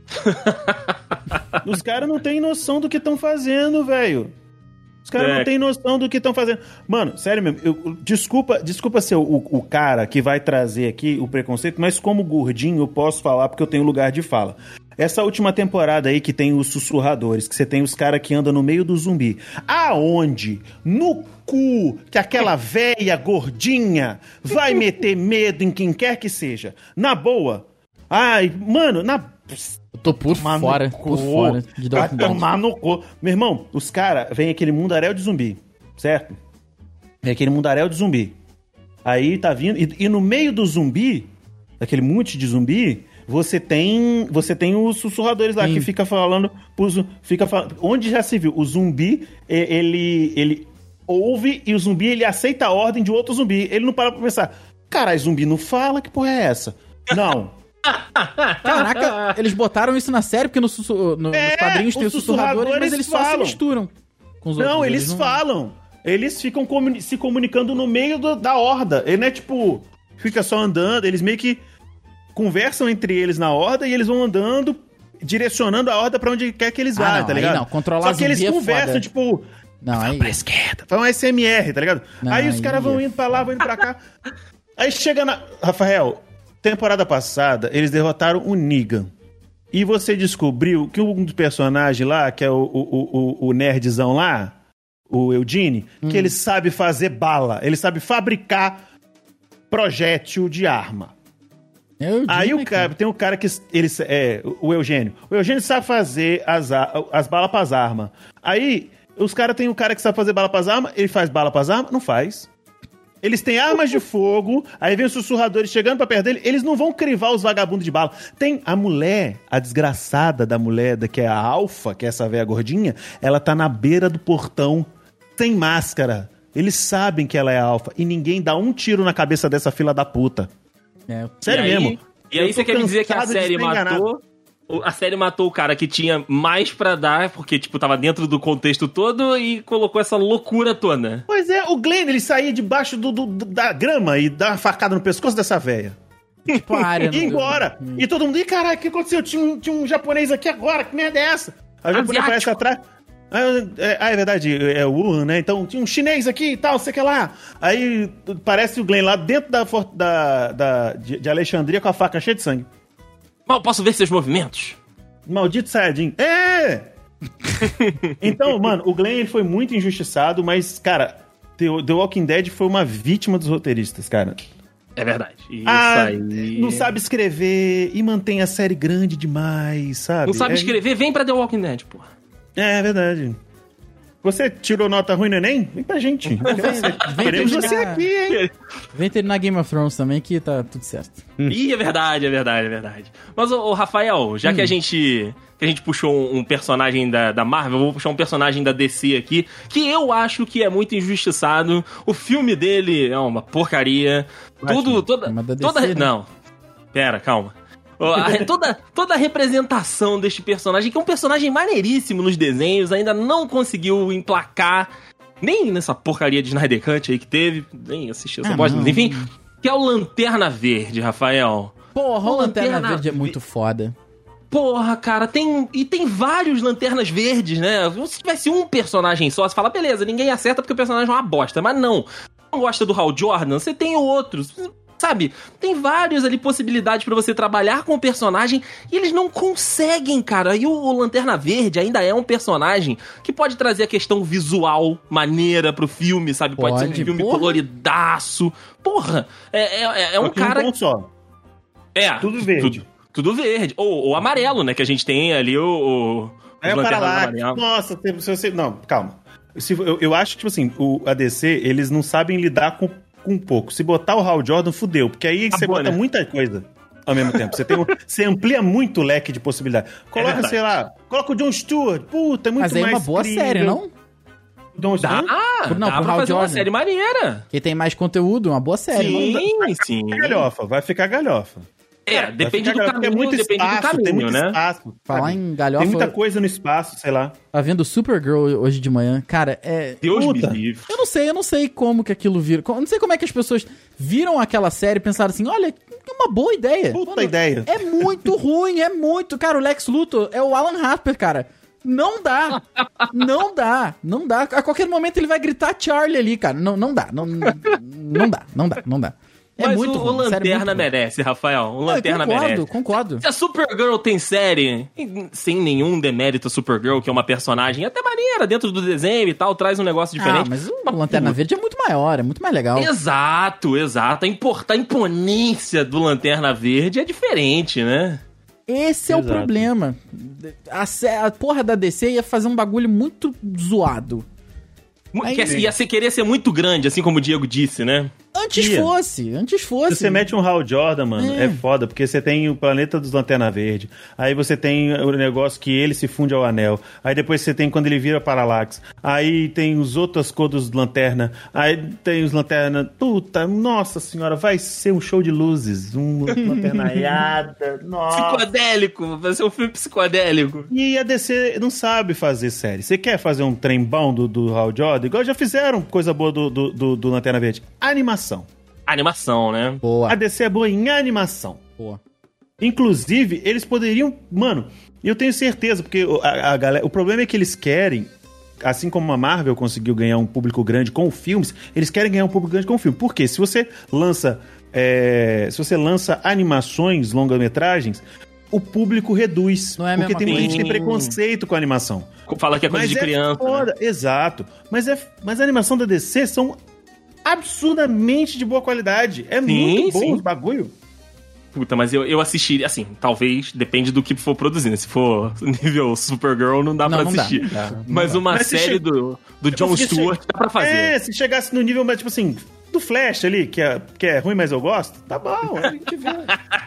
Os caras não têm noção do que estão fazendo, velho. Os caras É. não têm noção do que estão fazendo. Mano, sério mesmo, eu, eu- desculpa, desculpa ser o, o cara que vai trazer aqui o preconceito, mas como gordinho eu posso falar porque eu tenho lugar de fala. Essa última temporada aí que tem os sussurradores, que você tem os caras que andam no meio do zumbi. Aonde? No cu que aquela véia gordinha vai meter medo em quem quer que seja. Na boa. Ai, mano, na... Eu tô por Tomar no fora, cu. por fora de Vai Walking Dead. tomar no cu. Meu irmão, os caras vêm aquele mundaréu de zumbi, certo? Vem aquele mundaréu de zumbi. Aí tá vindo... E, e no meio do zumbi, daquele monte de zumbi, você tem você tem os sussurradores lá Sim. que fica falando... Pros, fica falando onde já se viu? O zumbi, e- ele, ele ouve e o zumbi, ele aceita a ordem de outro zumbi. Ele não para pra pensar, caralho, zumbi não fala? Que porra é essa? Não. Caraca, eles botaram isso na série, porque no, sussu- no, É, nos quadrinhos tem os os sussurradores, mas sussurradores eles só se falam. misturam com os Não, outros. eles não- falam. Eles ficam comuni- se comunicando no meio do- da horda. Ele não é tipo, fica só andando. Eles meio que conversam entre eles na horda e eles vão andando, direcionando a horda pra onde quer que eles Ah, vá, não, tá aí ligado? não, controlar Só que eles zumbi é conversam, foda. tipo, Não, vão aí... pra esquerda, faz um S M R, tá ligado? Não, aí os aí caras vão é indo pra lá, vão indo pra cá. Aí chega na... Rafael, temporada passada, eles derrotaram o Negan. E você descobriu que um dos personagens lá, que é o, o, o, o nerdzão lá, o Eugene, Hum. que ele sabe fazer bala, ele sabe fabricar projétil de arma. Eu Aí digo o aqui. cara, tem um cara que ele é o Eugênio. O Eugênio sabe fazer as, a- as balas pras armas. Aí os caras tem um cara que sabe fazer bala pras armas, ele faz bala pras armas? Não faz. Eles têm armas de fogo, aí vem os sussurradores chegando pra perto dele, eles não vão crivar os vagabundos de bala. Tem a mulher, a desgraçada da mulher, da- que é a Alfa, que é essa velha gordinha, ela tá na beira do portão, sem máscara. Eles sabem que ela é a Alfa, e ninguém dá um tiro na cabeça dessa fila da puta. É, Sério E aí- mesmo. E aí Eu você tô quer me dizer que a cansado de série ser enganado. matou... o- A série matou o cara que tinha mais pra dar, porque, tipo, tava dentro do contexto todo e colocou essa loucura toda. Pois é, o Glenn, ele saía debaixo do, do- da grama e dá uma facada no pescoço dessa velha. tipo a área. E ia embora. E todo mundo, ih, caralho, o que aconteceu? Tinha um, tinha um japonês aqui agora, que merda é essa? Aí o japonês aparece atrás. Ah, é, ah, é verdade, é o Wuhan, né? Então tinha um chinês aqui e tal, sei que lá. Aí parece o Glenn lá dentro da, for- da, da, de, de Alexandria com a faca cheia de sangue. Mal posso ver seus movimentos. Maldito Saiyajin. É! Então, mano, o Glenn ele foi muito injustiçado, mas, cara, The, The Walking Dead foi uma vítima dos roteiristas, cara. É verdade. Isso Ah, aí... não sabe escrever e mantém a série grande demais, sabe? Não sabe É- escrever? Vem pra The Walking Dead, porra. É, é verdade. Você tirou nota ruim no Enem? Vem pra gente. vem Queremos terminar. você aqui, hein? Vem terminar Game of Thrones também, que tá tudo certo. Ih, é verdade, é verdade, é verdade. Mas, ô, ô, Rafael, já que a gente que a gente puxou um, um personagem da, da Marvel, eu vou puxar um personagem da D C aqui, que eu acho que é muito injustiçado. O filme dele é uma porcaria. Tudo, toda... Mas da D C, toda né? Não, pera, calma. Ó, a- toda, toda a representação deste personagem, que é um personagem maneiríssimo nos desenhos, ainda não conseguiu emplacar nem nessa porcaria de Snyder Cut aí que teve, nem assisti essa Ah, bosta, não. mas enfim. que é o Lanterna Verde, Rafael. Porra, o Lanterna, Lanterna Verde é Ve- muito foda. Porra, cara, tem. E tem vários lanternas verdes, né? Se tivesse um personagem só, você fala, beleza, ninguém acerta porque o personagem é uma bosta. Mas não. Você não gosta do Hal Jordan, você tem outros. Sabe? Tem várias ali possibilidades pra você trabalhar com o personagem e eles não conseguem, cara. E o, o Lanterna Verde ainda é um personagem que pode trazer a questão visual maneira pro filme, sabe? Pode, Pode, ser um filme porra. coloridaço. Porra, é, é, é um Só que um cara. ponto só. É, Tudo verde. Tudo, tudo verde. Ou, ou amarelo, né? Que a gente tem ali o. o É os o lanternas Parallax. amarelos. Nossa, se se você. Não, calma. Se, eu, eu acho que, tipo assim, o A D C, eles não sabem lidar com, com pouco. Se botar o Hal Jordan, fudeu. Porque aí você Acabou, bota né? muita coisa ao mesmo tempo. Você, tem um- você amplia muito o leque de possibilidades. Coloca, verdade. sei lá, coloca o John Stewart. Puta, é muito Mas aí é mais uma boa incrível. série, não? O John Dá, Stewart? Não, dá pro pra Hal fazer uma Jordan. série maneira. Que tem mais conteúdo, uma boa série. Sim, sim. Galhofa, vai ficar galhofa. É, Vai depende ficar do galhofa, porque caminho, é muito depende espaço, do caminho, tem muito né? espaço. Falar sabe? em galhofa, Tem muita coisa no espaço, sei lá. tá vendo Supergirl hoje de manhã. Cara, é... Deus Puta. me livre. Eu não sei, eu não sei como que aquilo vira. Eu não sei como é que as pessoas viram aquela série e pensaram assim, olha, é uma boa ideia. Puta Mano, ideia. É muito ruim, é muito. Cara, o Lex Luthor é o Alan Harper, cara. Não dá. Não dá. Não dá. A qualquer momento ele vai gritar Charlie ali, cara. Não, não dá. Não, não dá. Não dá. Não dá. É Mas muito o, o ruim, série Lanterna muito ruim. merece, Rafael. O Não, eu Lanterna concordo, merece. concordo. Se a Supergirl tem série, sem nenhum demérito a Supergirl, que é uma personagem até maneira dentro do desenho e tal, traz um negócio Ah, diferente. mas o Lanterna Verde é muito maior, é muito mais legal. Exato, exato. A, import... a imponência do Lanterna Verde é diferente, né? Esse é o Exato. problema. A, sé- a porra da D C ia fazer um bagulho muito zoado. Aí- Quer- ia ser, querer ser muito grande, assim como o Diego disse, né? Antes Ia. fosse, antes Se fosse. você mete um Hal Jordan, mano, É. é. foda, porque você tem o planeta dos Lanterna Verde, aí você tem o negócio que ele se funde ao anel, aí depois você tem quando ele vira Parallax, aí tem os outros cores dos Lanterna, aí tem os Lanterna... Puta, nossa senhora, vai ser um show de luzes, um lanternaiada, nossa... Psicodélico, vai ser um filme psicodélico. E a D C não sabe fazer série. Você quer fazer um trem bom do, do Hal Jordan? Igual já fizeram coisa boa do, do, do, do Lanterna Verde. Animação. Animação, né? Boa, A D C é boa em animação. boa. Inclusive, eles poderiam... Mano, eu tenho certeza, porque a, a galera... O problema é que eles querem, assim como a Marvel conseguiu ganhar um público grande com filmes, eles querem ganhar um público grande com filme. Por quê? Se você lança... é, se você lança animações, longa-metragens, o público reduz. Não é a porque mesma tem muita gente que tem coisa. preconceito com a animação. Fala que é coisa Mas de criança. né? foda, exato. Mas, é, mas a animação da D C são absurdamente de boa qualidade. É Sim, muito bom sim. os bagulho. Puta, mas eu, eu assistiria, assim, talvez, depende do que for produzindo. Se for nível Supergirl, não dá Não, pra não dá, assistir. não dá, não mas dá. uma Mas se série che- do, do John Porque Stewart che- dá pra fazer. É, se chegasse no nível, mais, tipo assim, do Flash ali, que é, que é ruim, mas eu gosto, tá bom, a gente vê.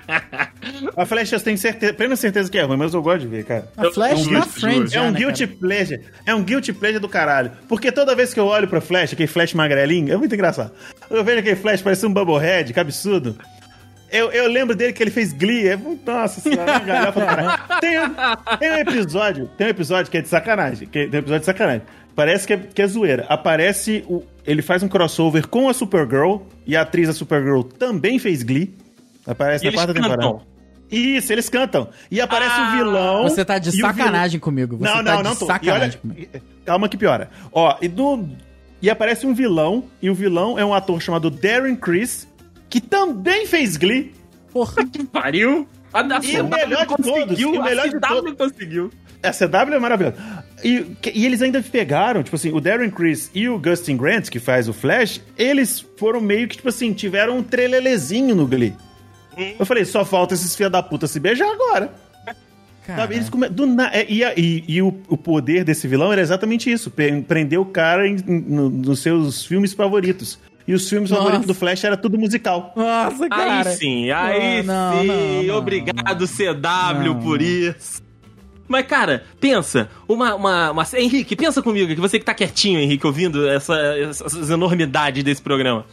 A Flash eu tenho certeza, plena certeza que é ruim, mas eu gosto de ver, cara. A Flash eu- na eu- frente. É já, um né, guilty cara? pleasure. É um guilty pleasure do caralho. Porque toda vez que eu olho pra Flash, aquele Flash magrelinho, é muito engraçado. Eu vejo aquele Flash parecendo um Bubblehead, que absurdo. Eu, eu lembro dele que ele fez Glee. É muito, nossa senhora, galhofa do caralho. Tem, um- tem um episódio, tem um episódio que é de sacanagem. Que, tem um episódio de sacanagem. Parece que é, que é zoeira. Aparece, o, ele faz um crossover com a Supergirl, e a atriz da Supergirl também fez Glee. Aparece E na eles quarta temporada. cantam. Isso, eles cantam. E aparece Ah, o vilão. Você tá de e o sacanagem comigo. Você não, tá não, de não tô. E sacanagem olha, comigo. calma que piora. Ó, e, do, e aparece um vilão, e o vilão é um ator chamado Darren Criss, que também fez Glee. Porra. Pariu. A, a E o melhor de todos, e o melhor a de C W todos. conseguiu. A C W é maravilhosa. E, que- e eles ainda pegaram, tipo assim, o Darren Criss e o Gustin Grant, que faz o Flash, eles foram meio que, tipo assim, tiveram um trelelezinho no Glee. Eu falei, só falta esses filha da puta se beijar agora. Sabe? Eles come... do na... é, E, a- e, e o, o poder desse vilão era exatamente isso: pe- prender o cara em- em- no- nos seus filmes favoritos. E os filmes Nossa. favoritos do Flash era tudo musical. Nossa, cara. Aí sim, aí Não, não, sim. não, não, Obrigado, não. C W, Não, por não. isso. Mas, cara, pensa, uma, uma, uma- Henrique, pensa comigo, que você que tá quietinho, Henrique, ouvindo essa- essas enormidades desse programa.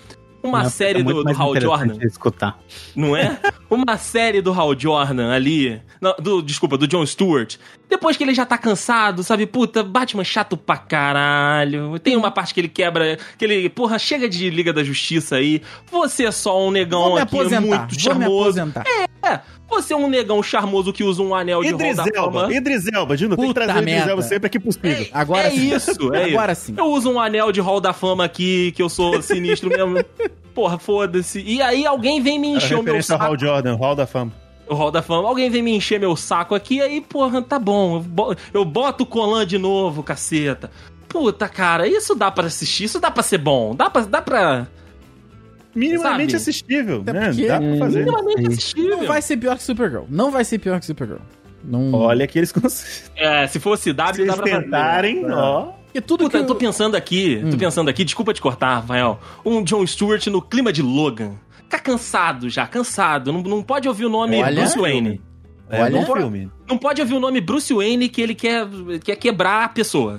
uma Não, série é muito do, do mais Hal interessante Jordan, de escutar. não é? Uma série do Hal Jordan ali, não, do, desculpa, do Jon Stewart, depois que ele já tá cansado, sabe, puta, Batman chato pra caralho, tem uma parte que ele quebra, que ele, porra, chega de Liga da Justiça aí, você é só um negão Vou me aqui aposentar, muito vou me charmoso. aposentar. É, você é um negão charmoso que usa um anel de Hall Idris da Elba, Fama. Idris Elba, Gino, tem que Puta trazer o Idris merda. Elba sempre aqui possível. Agora é sim. isso, é Agora isso. sim. Eu uso um anel de Hall da Fama aqui, que eu sou sinistro mesmo. Porra, foda-se. E aí alguém vem me A encher o meu referência ao saco. Hal Jordan, Hall da Fama. O Hall da Fama. Alguém vem me encher meu saco aqui, aí, porra, tá bom. Eu bo- Eu boto o Colan de novo, caceta. Puta, cara, isso dá pra assistir, isso dá pra ser bom. Dá pra... Dá pra... Minimamente Sabe? assistível, Até né? porque- Dá pra fazer. minimamente assistível. Não vai ser pior que Supergirl. Não vai ser pior que Supergirl. Não... Olha que eles conseguem. É, se fosse W, Se dá eles pra fazer. tentarem, ó. Porque tudo Puta, que eu tô eu... pensando aqui, tô pensando aqui, desculpa te cortar, Rafael. Um Jon Stewart no clima de Logan. Tá cansado já, cansado. Não, não pode ouvir o nome Olha. Bruce Wayne. É Olha. um filme. Não pode ouvir o nome Bruce Wayne que ele quer, quer quebrar a pessoa.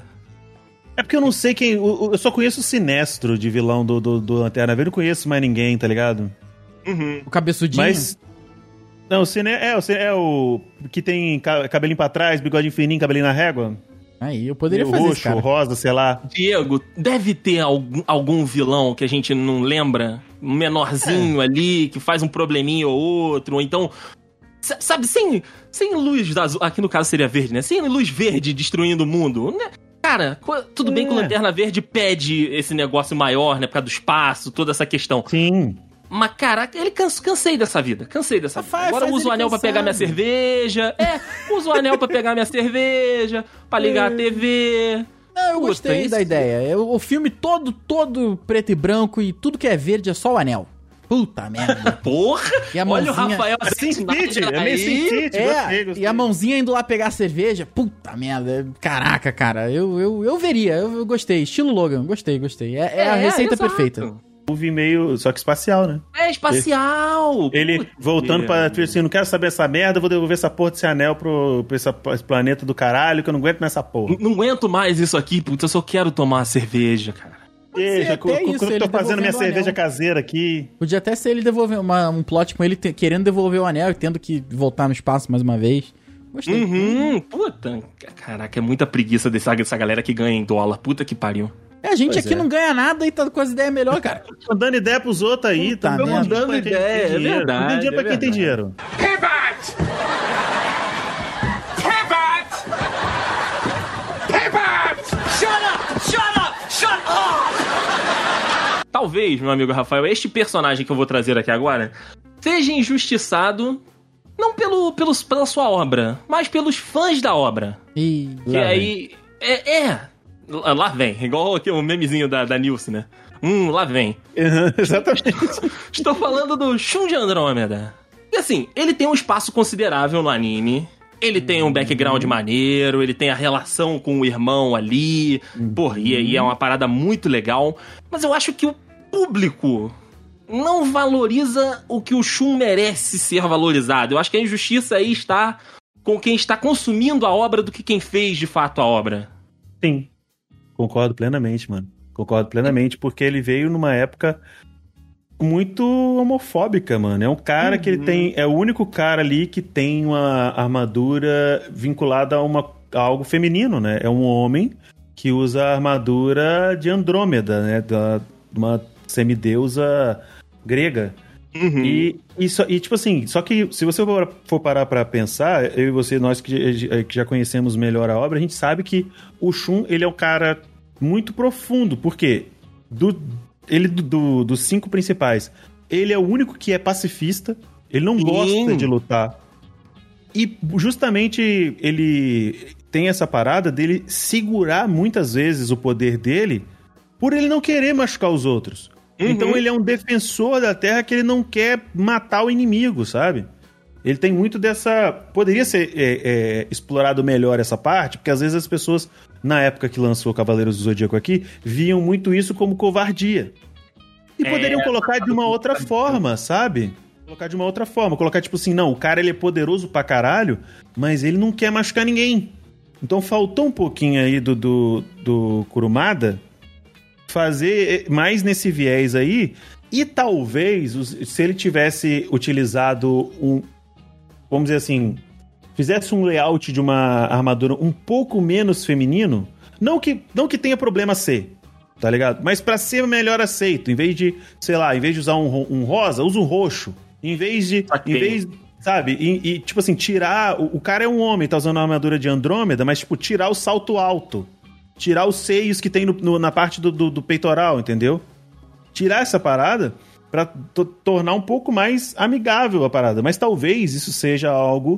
É porque eu não sei quem. o- o- Eu só conheço o Sinestro de vilão do, do, do Lanterna Verde, eu não conheço mais ninguém, tá ligado? Uhum. O cabeçudinho. Mas. Não, o Cine é, o Cine é o que tem ca- cabelinho pra trás, bigodinho fininho, cabelinho na régua. Aí, eu poderia Meio fazer roxo, isso, cara. rosa, sei lá. Diego, deve ter algum, algum vilão que a gente não lembra? Um menorzinho ali, que faz um probleminha ou outro, ou então... sa- Sabe, sem, sem luz azul... Aqui no caso seria verde, né? Sem luz verde destruindo o mundo. Né? Cara, co- tudo bem que o É. Lanterna Verde pede esse negócio maior, né? Por causa do espaço, toda essa questão. Sim. Mas, caraca, ele canso, cansei dessa vida. Cansei dessa vida. Faz- Agora faz eu uso o ele anel pra cansado. pegar minha cerveja. É, uso o anel pra pegar minha cerveja, pra ligar a T V. Não, eu Puta, gostei isso- da ideia. Eu- o filme todo, todo preto e branco e tudo que é verde é só o anel. Puta merda. Porra! E a Olha o mãozinha- Rafael É Sin City, é meio aí. Sin City, É, gostei, gostei. e a mãozinha indo lá pegar a cerveja. Puta merda. Caraca, cara. Eu, eu, eu veria, eu, eu gostei. Estilo Logan, gostei, gostei. É, é a receita exato. perfeita. Movie meio. Só que espacial, né? É espacial! Ele Putz, voltando pra. Deus. Assim, não quero saber essa merda, vou devolver essa porra desse anel pro, pro esse, esse planeta do caralho, que eu não aguento nessa porra. Não, não aguento mais isso aqui, puta. Eu só quero tomar uma cerveja, cara. Deixa, até co- co- isso, eu ele tô fazendo minha devolvendo o cerveja anel. caseira aqui. Podia até ser ele devolver uma- um plot com ele te- querendo devolver o anel e tendo que voltar no espaço mais uma vez. Gostei. Uhum, puta. Caraca, é muita preguiça dessa, dessa galera que ganha em dólar. Puta que pariu. É, a gente Pois aqui é. não ganha nada e tá com as ideias melhor, cara. Tô dando ideia pros outros aí. Puta Tô merda. dando Dando ideia, é verdade, Tô dando dinheiro pra é quem tem verdade. dinheiro. Pivot! Pivot! Pivot! Shut up! Shut up! Shut up! Talvez, meu amigo Rafael, este personagem que eu vou trazer aqui agora seja injustiçado não pelo, pelos, pela sua obra, mas pelos fãs da obra. E... Que Lá aí. É, é. Lá lá vem. Igual aqui o memezinho da, da Nilce, né? Hum, lá vem. Exatamente. Estou falando do Shun de Andrômeda. E assim, ele tem um espaço considerável no anime. Ele tem um background maneiro, ele tem a relação com o irmão ali. Porra, e aí é uma parada muito legal. Mas eu acho que o público não valoriza o que o Shun merece ser valorizado. Eu acho que a injustiça aí está com quem está consumindo a obra do que quem fez de fato a obra. Sim. Concordo plenamente, mano. Concordo plenamente, porque ele veio numa época muito homofóbica, mano. É um cara que ele tem... É o único cara ali que tem uma armadura vinculada a, uma, a algo feminino, né? É um homem que usa a armadura de Andrômeda, né? Da, uma semideusa grega. E, e, só- e, tipo assim, só que se você for, for parar pra pensar, eu e você, nós que, já- que já conhecemos melhor a obra, a gente sabe que o Shun, ele é um cara muito profundo, porque do, ele do, do- dos cinco principais, ele é o único que é pacifista, ele não Sim. gosta de lutar. E justamente ele tem essa parada dele segurar muitas vezes o poder dele por ele não querer machucar os outros. Uhum. Então ele é um defensor da Terra que ele não quer matar o inimigo, sabe? Ele tem muito dessa... Poderia ser é, é, explorado melhor essa parte, porque às vezes as pessoas, na época que lançou Cavaleiros do Zodíaco aqui, viam muito isso como covardia. E É, poderiam colocar de uma outra forma, sabe? Colocar de uma outra forma. Colocar tipo assim, não, o cara ele é poderoso pra caralho, mas ele não quer machucar ninguém. Então faltou um pouquinho aí do, do, do Kurumada fazer mais nesse viés aí E talvez, os- se ele tivesse utilizado um, vamos dizer assim, fizesse um layout de uma armadura um pouco menos feminino, não que, não que tenha problema ser, tá ligado? Mas pra ser melhor aceito, em vez de, sei lá, em vez de usar um, ro- um rosa, usa um roxo. Em vez de, Ok. em vez, sabe, e, e, tipo assim, tirar, o, o cara é um homem, tá usando a armadura de Andrômeda, mas tipo, tirar o salto alto, tirar os seios que tem no, no- na parte do, do, do peitoral, entendeu? Tirar essa parada pra to- tornar um pouco mais amigável a parada. Mas talvez isso seja algo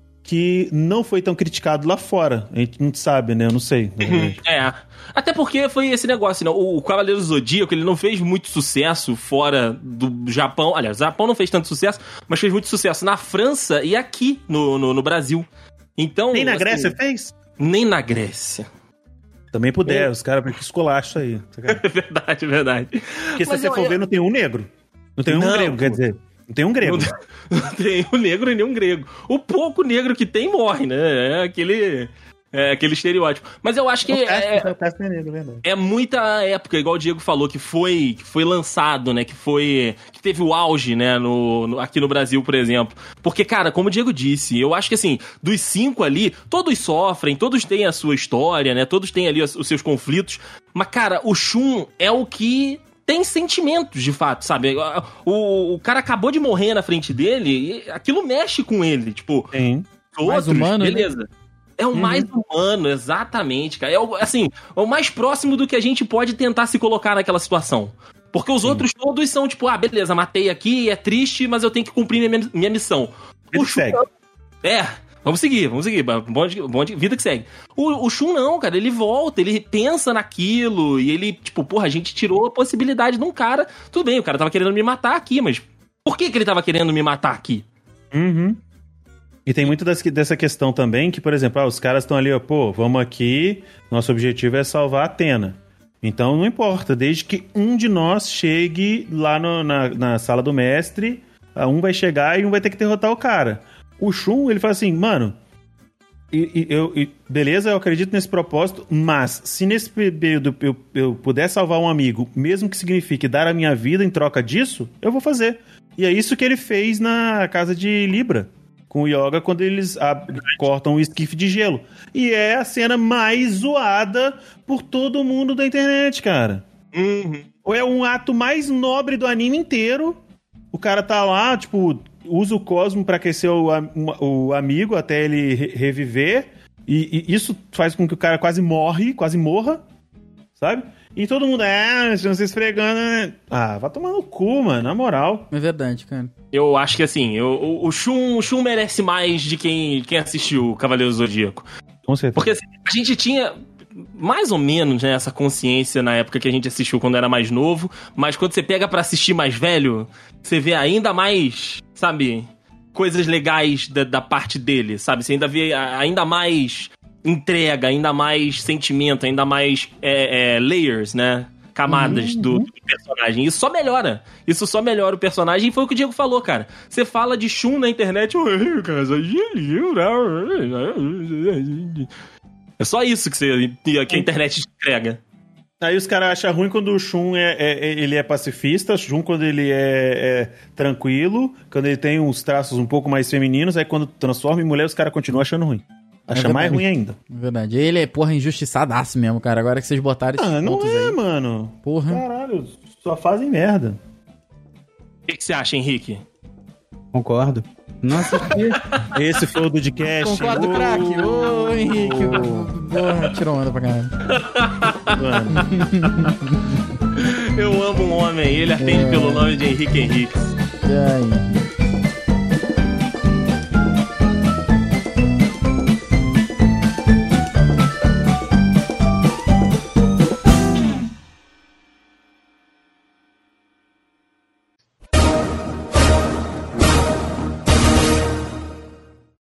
que não foi tão criticado lá fora. A gente não sabe, né? Eu não sei. na verdade. É. Até porque foi esse negócio, né? O, o Cavaleiro do Zodíaco, ele não fez muito sucesso fora do Japão. Aliás, o Japão não fez tanto sucesso, mas fez muito sucesso na França e aqui no, no, no Brasil. Então, Nem na assim, Grécia fez? Nem na Grécia. Também puder, os caras que esculacho aí. É verdade, é verdade. Porque se Mas você eu- for eu- ver, não tem um negro. Não tem um Não, grego, pô. quer dizer. Não tem um grego. Não, não tem um negro e nem um grego. O pouco negro que tem morre, né? É aquele, é aquele estereótipo. Mas eu acho que é, O Cássio é negro, verdade. é muita época, igual o Diego falou, que foi, que foi lançado, né? Que foi. Que teve o auge, né? No, no- aqui no Brasil, por exemplo. Porque, cara, como o Diego disse, eu acho que assim, dos cinco ali, todos sofrem, todos têm a sua história, né? Todos têm ali os, os seus conflitos. Mas, cara, o Shun é o que tem sentimentos, de fato, sabe? O, o cara acabou de morrer na frente dele e aquilo mexe com ele. Tipo, Tem. Mais outros, humano, né? beleza. É o mais humano, exatamente, cara. É o, assim, é o mais próximo do que a gente pode tentar se colocar naquela situação. Porque os outros todos são tipo, ah, beleza, matei aqui, é triste, mas eu tenho que cumprir minha, minha missão. Vida O que Shun- segue. É, vamos seguir, vamos seguir. Bom de, bom de- vida que segue. O, o Shun não, cara, ele volta, ele pensa naquilo e ele, tipo, porra, a gente tirou a possibilidade de um cara. Tudo bem, o cara tava querendo me matar aqui, mas por que que ele tava querendo me matar aqui? Uhum. E tem muito das- dessa questão também, que, por exemplo, ah, os caras estão ali, ó, pô, vamos aqui, nosso objetivo é salvar a Athena. Então não importa, desde que um de nós chegue lá no- na, na sala do mestre, ah, um vai chegar e um vai ter que derrotar o cara. O Shun, ele fala assim, mano, e, e- eu, e- beleza, eu acredito nesse propósito, mas se nesse período eu, eu puder salvar um amigo, mesmo que signifique dar a minha vida em troca disso, eu vou fazer. E é isso que ele fez na casa de Libra, com o Yoga, quando eles ab- cortam o esquife de gelo. E é a cena mais zoada por todo mundo da internet, cara. Ou é um ato mais nobre do anime inteiro. O cara tá lá, tipo, usa o Cosmo pra aquecer o, am- o amigo até ele re- reviver. E, e isso faz com que o cara quase morre, quase morra, sabe? E todo mundo, ah, estão se esfregando, né? Ah, vai tomar no cu, mano, na moral. É verdade, cara. Eu acho que assim, eu- o, o, Shun, o Shun merece mais de quem, quem assistiu o Cavaleiro do Zodíaco. Com certeza. Porque assim, a gente tinha mais ou menos, né, essa consciência na época que a gente assistiu quando era mais novo, mas quando você pega pra assistir mais velho, você vê ainda mais, sabe, coisas legais da, da parte dele, sabe? Você ainda vê a- ainda mais entrega, ainda mais sentimento, ainda mais é, é, layers, né? Camadas do, do personagem. Isso só melhora. Isso só melhora o personagem. E foi o que o Diego falou, cara. Você fala de Shun na internet. É só isso que, você, que a internet te entrega. Aí os caras acham ruim quando o Shun é, é- é- ele é pacifista, o Shun quando ele é, é tranquilo, quando ele tem uns traços um pouco mais femininos, aí quando transforma em mulher os caras continuam achando ruim. Acha É mais verdade. ruim ainda. É verdade. Ele é, porra, injustiçadaço mesmo, cara. Agora que vocês botaram esses Ah, não pontos é, aí. mano. Porra. Caralho, só fazem merda. O que, que você acha, Henrique? Concordo. Não assisti. Esse foi o Dudcast. Concordo, Ô, craque. Ô, Henrique. Porra, tirou onda pra caralho. mano. Eu amo um homem, ele atende pelo nome de Henrique Henrique. Ai.